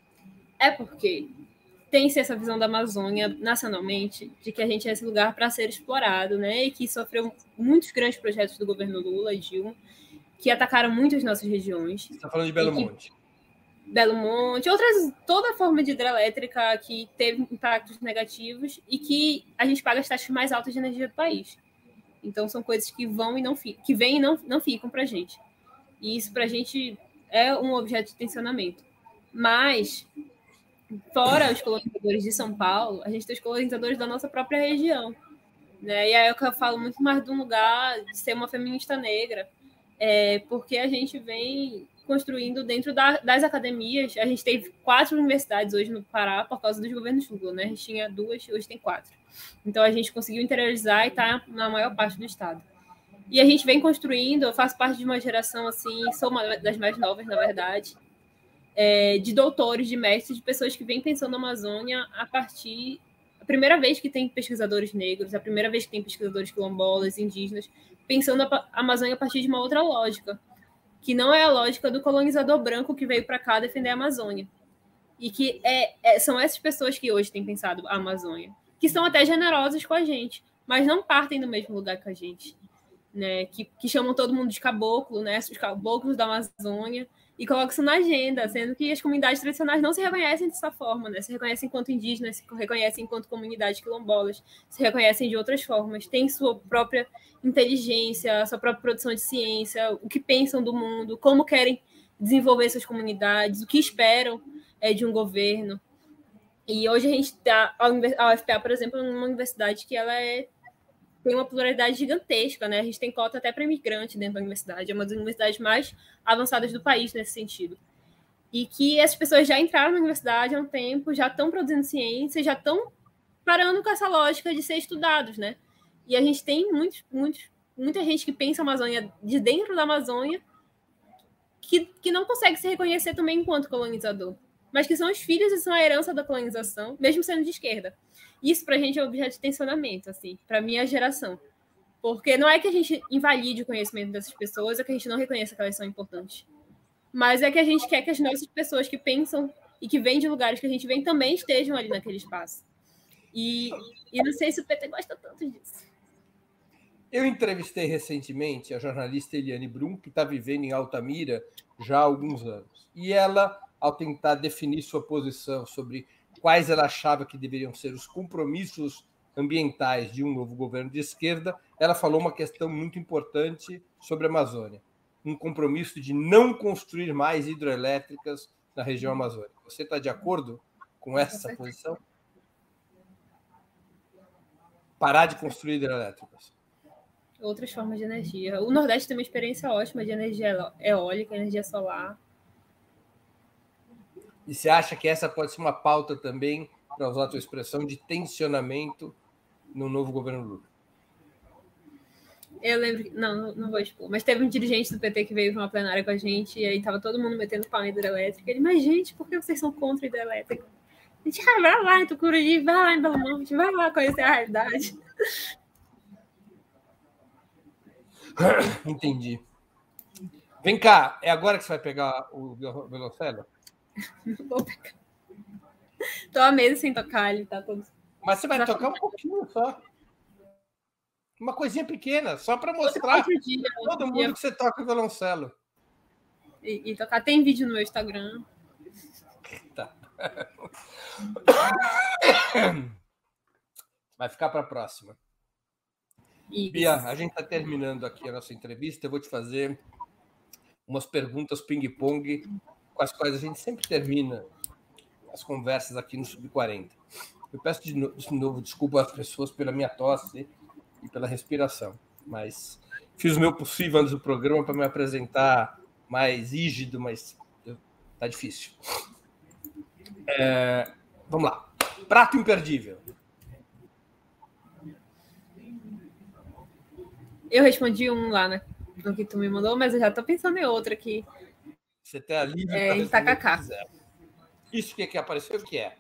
É porque tem-se essa visão da Amazônia nacionalmente, de que a gente é esse lugar para ser explorado, né? E que sofreu muitos grandes projetos do governo Lula e Dilma, que atacaram muito as nossas regiões. Você está falando de Belo Monte. Belo Monte, toda forma de hidrelétrica que teve impactos negativos e que a gente paga as taxas mais altas de energia do país. Então, são coisas que vão e não ficam, que vêm e não ficam para a gente. E isso, para a gente, é um objeto de tensionamento. Mas, fora os colonizadores de São Paulo, a gente tem os colonizadores da nossa própria região. Né? E aí é que eu falo muito mais de um lugar de ser uma feminista negra, porque a gente vem construindo dentro das academias. A gente teve 4 universidades hoje no Pará por causa dos governos Lula, né? A gente tinha 2, hoje tem 4. Então, a gente conseguiu interiorizar e está na maior parte do estado. E a gente vem construindo, eu faço parte de uma geração, assim, sou uma das mais novas, na verdade, de doutores, de mestres, de pessoas que vêm pensando na Amazônia a primeira vez que tem pesquisadores negros, a primeira vez que tem pesquisadores quilombolas, indígenas, pensando a Amazônia a partir de uma outra lógica, que não é a lógica do colonizador branco que veio para cá defender a Amazônia. E que são essas pessoas que hoje têm pensado a Amazônia, que são até generosas com a gente, mas não partem do mesmo lugar que a gente, né? Que chamam todo mundo de caboclo, né? Os caboclos da Amazônia, e colocam isso na agenda, sendo que as comunidades tradicionais não se reconhecem dessa forma, né? Se reconhecem enquanto indígenas, se reconhecem enquanto comunidades quilombolas, se reconhecem de outras formas, têm sua própria inteligência, sua própria produção de ciência, o que pensam do mundo, como querem desenvolver suas comunidades, o que esperam de um governo. E hoje a gente está, a UFPA, por exemplo, é uma universidade que ela tem uma pluralidade gigantesca, né? A gente tem cota até para imigrante dentro da universidade, é uma das universidades mais avançadas do país nesse sentido. E que essas pessoas já entraram na universidade há um tempo, já estão produzindo ciência, já estão parando com essa lógica de ser estudados, né? E a gente tem muita gente que pensa a Amazônia de dentro da Amazônia que não consegue se reconhecer também enquanto colonizador, mas que são os filhos e são a herança da colonização, mesmo sendo de esquerda. Isso, para a gente, é objeto de tensionamento, assim, para a minha geração. Porque não é que a gente invalide o conhecimento dessas pessoas, é que a gente não reconheça que elas são importantes. Mas é que a gente quer que as nossas pessoas que pensam e que vêm de lugares que a gente vem também estejam ali naquele espaço. E não sei se o PT gosta tanto disso. Eu entrevistei recentemente a jornalista Eliane Brum, que está vivendo em Altamira já há alguns anos. E ela, ao tentar definir sua posição sobre quais ela achava que deveriam ser os compromissos ambientais de um novo governo de esquerda, ela falou uma questão muito importante sobre a Amazônia. Um compromisso de não construir mais hidrelétricas na região amazônica. Você está de acordo com essa posição? Parar de construir hidrelétricas. Outras formas de energia. O Nordeste tem uma experiência ótima de energia eólica, energia solar. E você acha que essa pode ser uma pauta também, para usar a tua expressão, de tensionamento no novo governo Lula? Eu lembro... Não vou expor. Mas teve um dirigente do PT que veio para uma plenária com a gente e aí estava todo mundo metendo pau em hidrelétrica. Ele, mas gente, por que vocês são contra a hidrelétrica? A gente, vai lá em Tucuruí, vai lá em Belo Monte, vai lá conhecer a realidade. Entendi. Vem cá, é agora que você vai pegar o violoncelo? Não vou pegar. Tô há meses sem tocar, ele tá todo... Mas você vai tocar um pouquinho só. Uma coisinha pequena, só para mostrar todo mundo que você toca o violoncelo. E tocar. Tem vídeo no meu Instagram. Tá. Vai ficar para a próxima. Isso. Bia, a gente está terminando aqui a nossa entrevista. Eu vou te fazer umas perguntas ping-pong com as quais a gente sempre termina as conversas aqui no Sub-40. Eu peço de novo desculpa às pessoas pela minha tosse e pela respiração. Mas fiz o meu possível antes do programa para me apresentar mais rígido, mas tá difícil. Vamos lá. Prato imperdível. Eu respondi um lá, né? No que tu me mandou, mas eu já tô pensando em outro aqui. Você tá livre para Em responder o que tacacá. quiser. Isso que apareceu, o que é?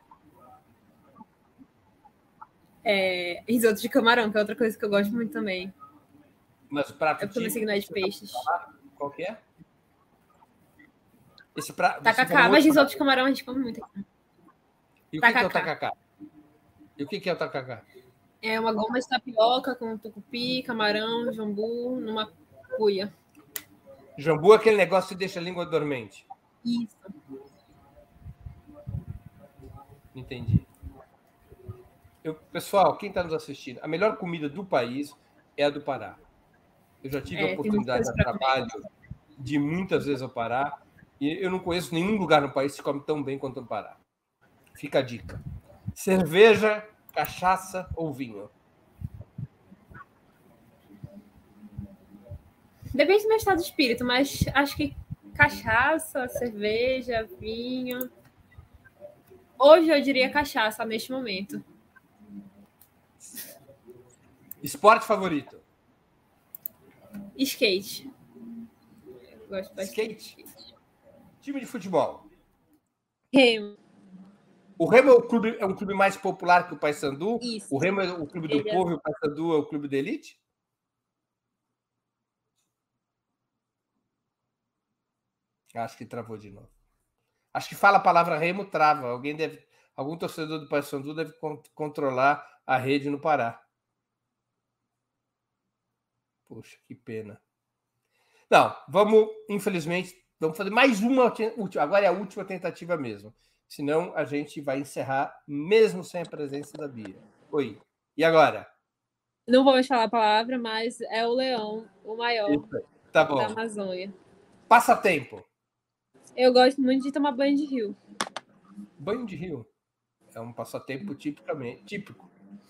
Risoto de camarão, que é outra coisa que eu gosto muito também. Mas o prato É porque eu me signo é de peixes. Qual que é? Esse prato. Tacacá, mas risoto de camarão a gente come muito aqui. E o que é o tacacá? E o que é o tacacá? É uma goma de tapioca com tucupi, camarão, jambu, numa cuia. Jambu é aquele negócio que deixa a língua dormente. Isso. Entendi. Pessoal, quem está nos assistindo, a melhor comida do país é a do Pará. Eu já tive a oportunidade de trabalho de muitas vezes ao Pará e eu não conheço nenhum lugar no país que se come tão bem quanto no Pará. Fica a dica. Cerveja, cachaça ou vinho? Depende do meu estado de espírito, mas acho que cachaça, cerveja, vinho. Hoje eu diria cachaça neste momento. Esporte favorito? Skate. Eu gosto bastante. Skate. Time de futebol? Remo. O Remo é um clube mais popular que o Paysandu? Isso. O Remo é o clube do povo e o Paysandu é o clube da elite? Acho que travou de novo. Acho que fala a palavra Remo, trava. Algum torcedor do Paysandu deve controlar a rede no Pará. Poxa, que pena. Não, infelizmente, vamos fazer mais uma. Agora é a última tentativa mesmo. Senão a gente vai encerrar mesmo sem a presença da Bia. Oi. E agora? Não vou mais falar a palavra, mas é o leão, o maior tá bom. da Amazônia. Passatempo. Eu gosto muito de tomar banho de rio. Banho de rio é um passatempo típico.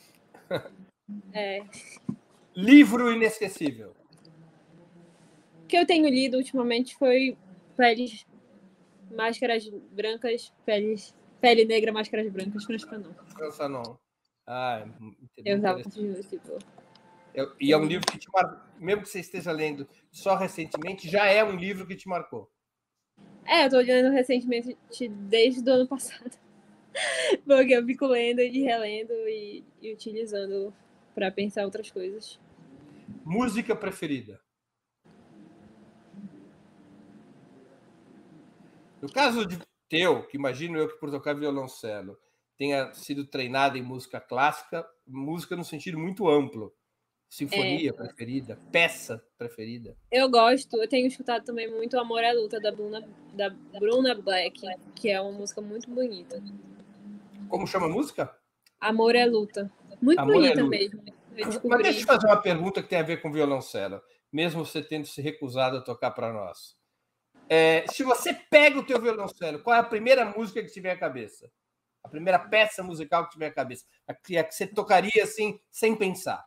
Livro inesquecível. O que eu tenho lido ultimamente foi Peles, Máscaras Brancas, Pele Negra, Máscaras Brancas. França não. França não. Eu usava tipo. E é um livro que te marcou, mesmo que você esteja lendo só recentemente, já é um livro que te marcou. Eu tô lendo recentemente desde o ano passado. Porque eu fico lendo e relendo e utilizando para pensar outras coisas. Música preferida? No caso de teu, que imagino eu que por tocar violoncelo tenha sido treinado em música clássica, música no sentido muito amplo. Sinfonia preferida, peça preferida? Eu tenho escutado também muito Amor é Luta, da Bruna Black, que é uma música muito bonita. Como chama a música? Amor é Luta. Muito Amor bonita é luta. mesmo. Mas deixa eu fazer uma pergunta que tem a ver com violoncelo, mesmo você tendo se recusado a tocar para nós. Se você pega o teu violoncelo, qual é a primeira música que te vem à cabeça? A primeira peça musical que te vem à cabeça? A que você tocaria assim, sem pensar?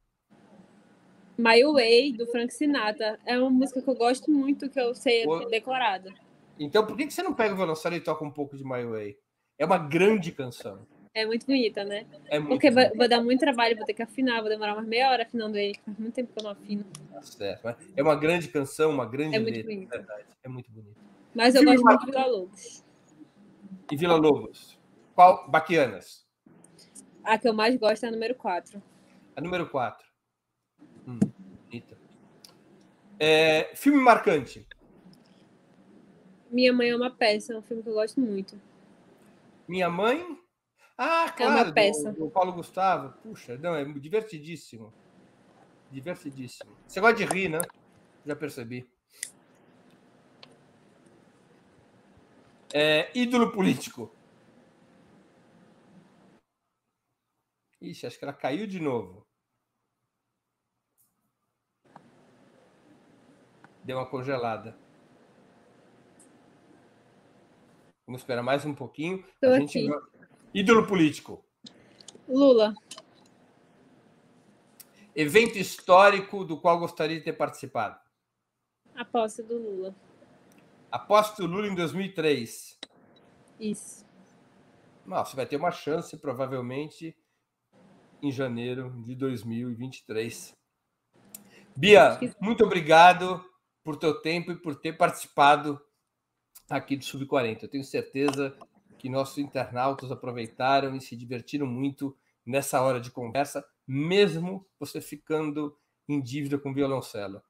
My Way, do Frank Sinatra. É uma música que eu gosto muito, que eu sei decorada. Então, por que você não pega o violoncelo e toca um pouco de My Way? É uma grande canção. É muito bonita, né? Porque vai dar muito trabalho, vou ter que afinar, vou demorar umas meia hora afinando ele, faz muito tempo que eu não afino. Certo. É uma grande canção, uma grande letra. Muito bonita. Verdade. É muito bonito. Mas eu gosto muito de Vila Lobos. E Vila Lobos? Qual? Baquianas? A que eu mais gosto é a número 4. A número 4. Bonita. Filme marcante? Minha Mãe é uma Peça, é um filme que eu gosto muito. Minha Mãe? Ah, claro, é uma peça. Do Paulo Gustavo. Puxa, não, é divertidíssimo. Divertidíssimo. Você gosta de rir, né? Já percebi. Ídolo político? Ixi, acho que ela caiu de novo. Deu uma congelada. Vamos esperar mais um pouquinho. Ídolo político? Lula. Evento histórico do qual gostaria de ter participado. A posse do Lula. A posse do Lula em 2003. Isso. Você vai ter uma chance, provavelmente, em janeiro de 2023. Bia, muito obrigado por teu tempo e por ter participado aqui do Sub-40. Eu tenho certeza que nossos internautas aproveitaram e se divertiram muito nessa hora de conversa, mesmo você ficando em dívida com violoncelo.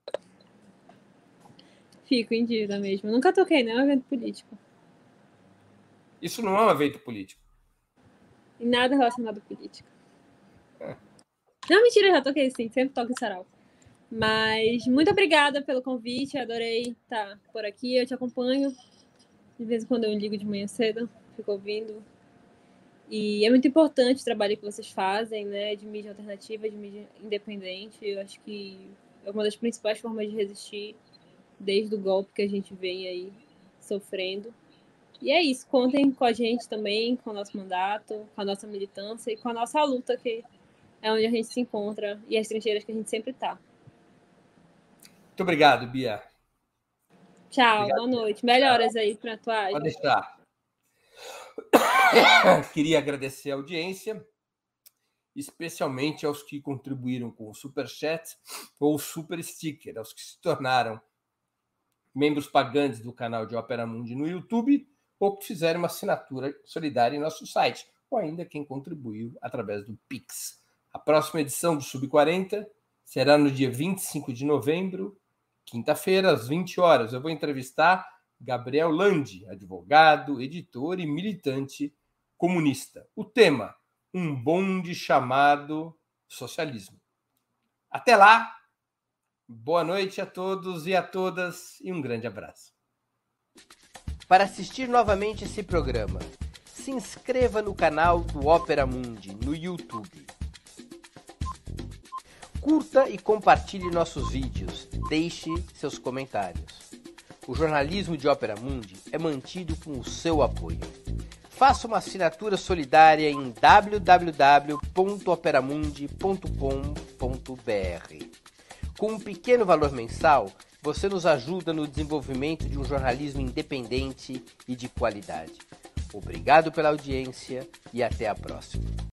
Fico em dívida mesmo. Nunca toquei, não é um evento político. Isso não é um evento político. E nada relacionado à política. Não, mentira, já toquei sim. Sempre toco em sarau. Mas muito obrigada pelo convite. Adorei estar por aqui. Eu te acompanho. De vez em quando eu ligo de manhã cedo. Fico ouvindo. E é muito importante o trabalho que vocês fazem, né? De mídia alternativa, de mídia independente. Eu acho que é uma das principais formas de resistir desde o golpe que a gente vem aí sofrendo. E é isso, contem com a gente também, com o nosso mandato, com a nossa militância e com a nossa luta, que é onde a gente se encontra e as trincheiras que a gente sempre está. Muito obrigado, Bia. Tchau, obrigado, boa noite. Melhoras aí para a tua. Pode deixar. Queria agradecer a audiência, especialmente aos que contribuíram com o Superchat ou o Super Sticker, aos que se tornaram membros pagantes do canal de Ópera Mundi no YouTube ou que fizeram uma assinatura solidária em nosso site, ou ainda quem contribuiu através do Pix. A próxima edição do Sub-40 será no dia 25 de novembro, quinta-feira, às 20 horas. Eu vou entrevistar Gabriel Landi, advogado, editor e militante comunista. O tema, um bonde chamado socialismo. Até lá, boa noite a todos e a todas e um grande abraço. Para assistir novamente esse programa, se inscreva no canal do Ópera Mundi no YouTube. Curta e compartilhe nossos vídeos. Deixe seus comentários. O jornalismo de Ópera Mundi é mantido com o seu apoio. Faça uma assinatura solidária em www.operamundi.com.br. Com um pequeno valor mensal, você nos ajuda no desenvolvimento de um jornalismo independente e de qualidade. Obrigado pela audiência e até a próxima.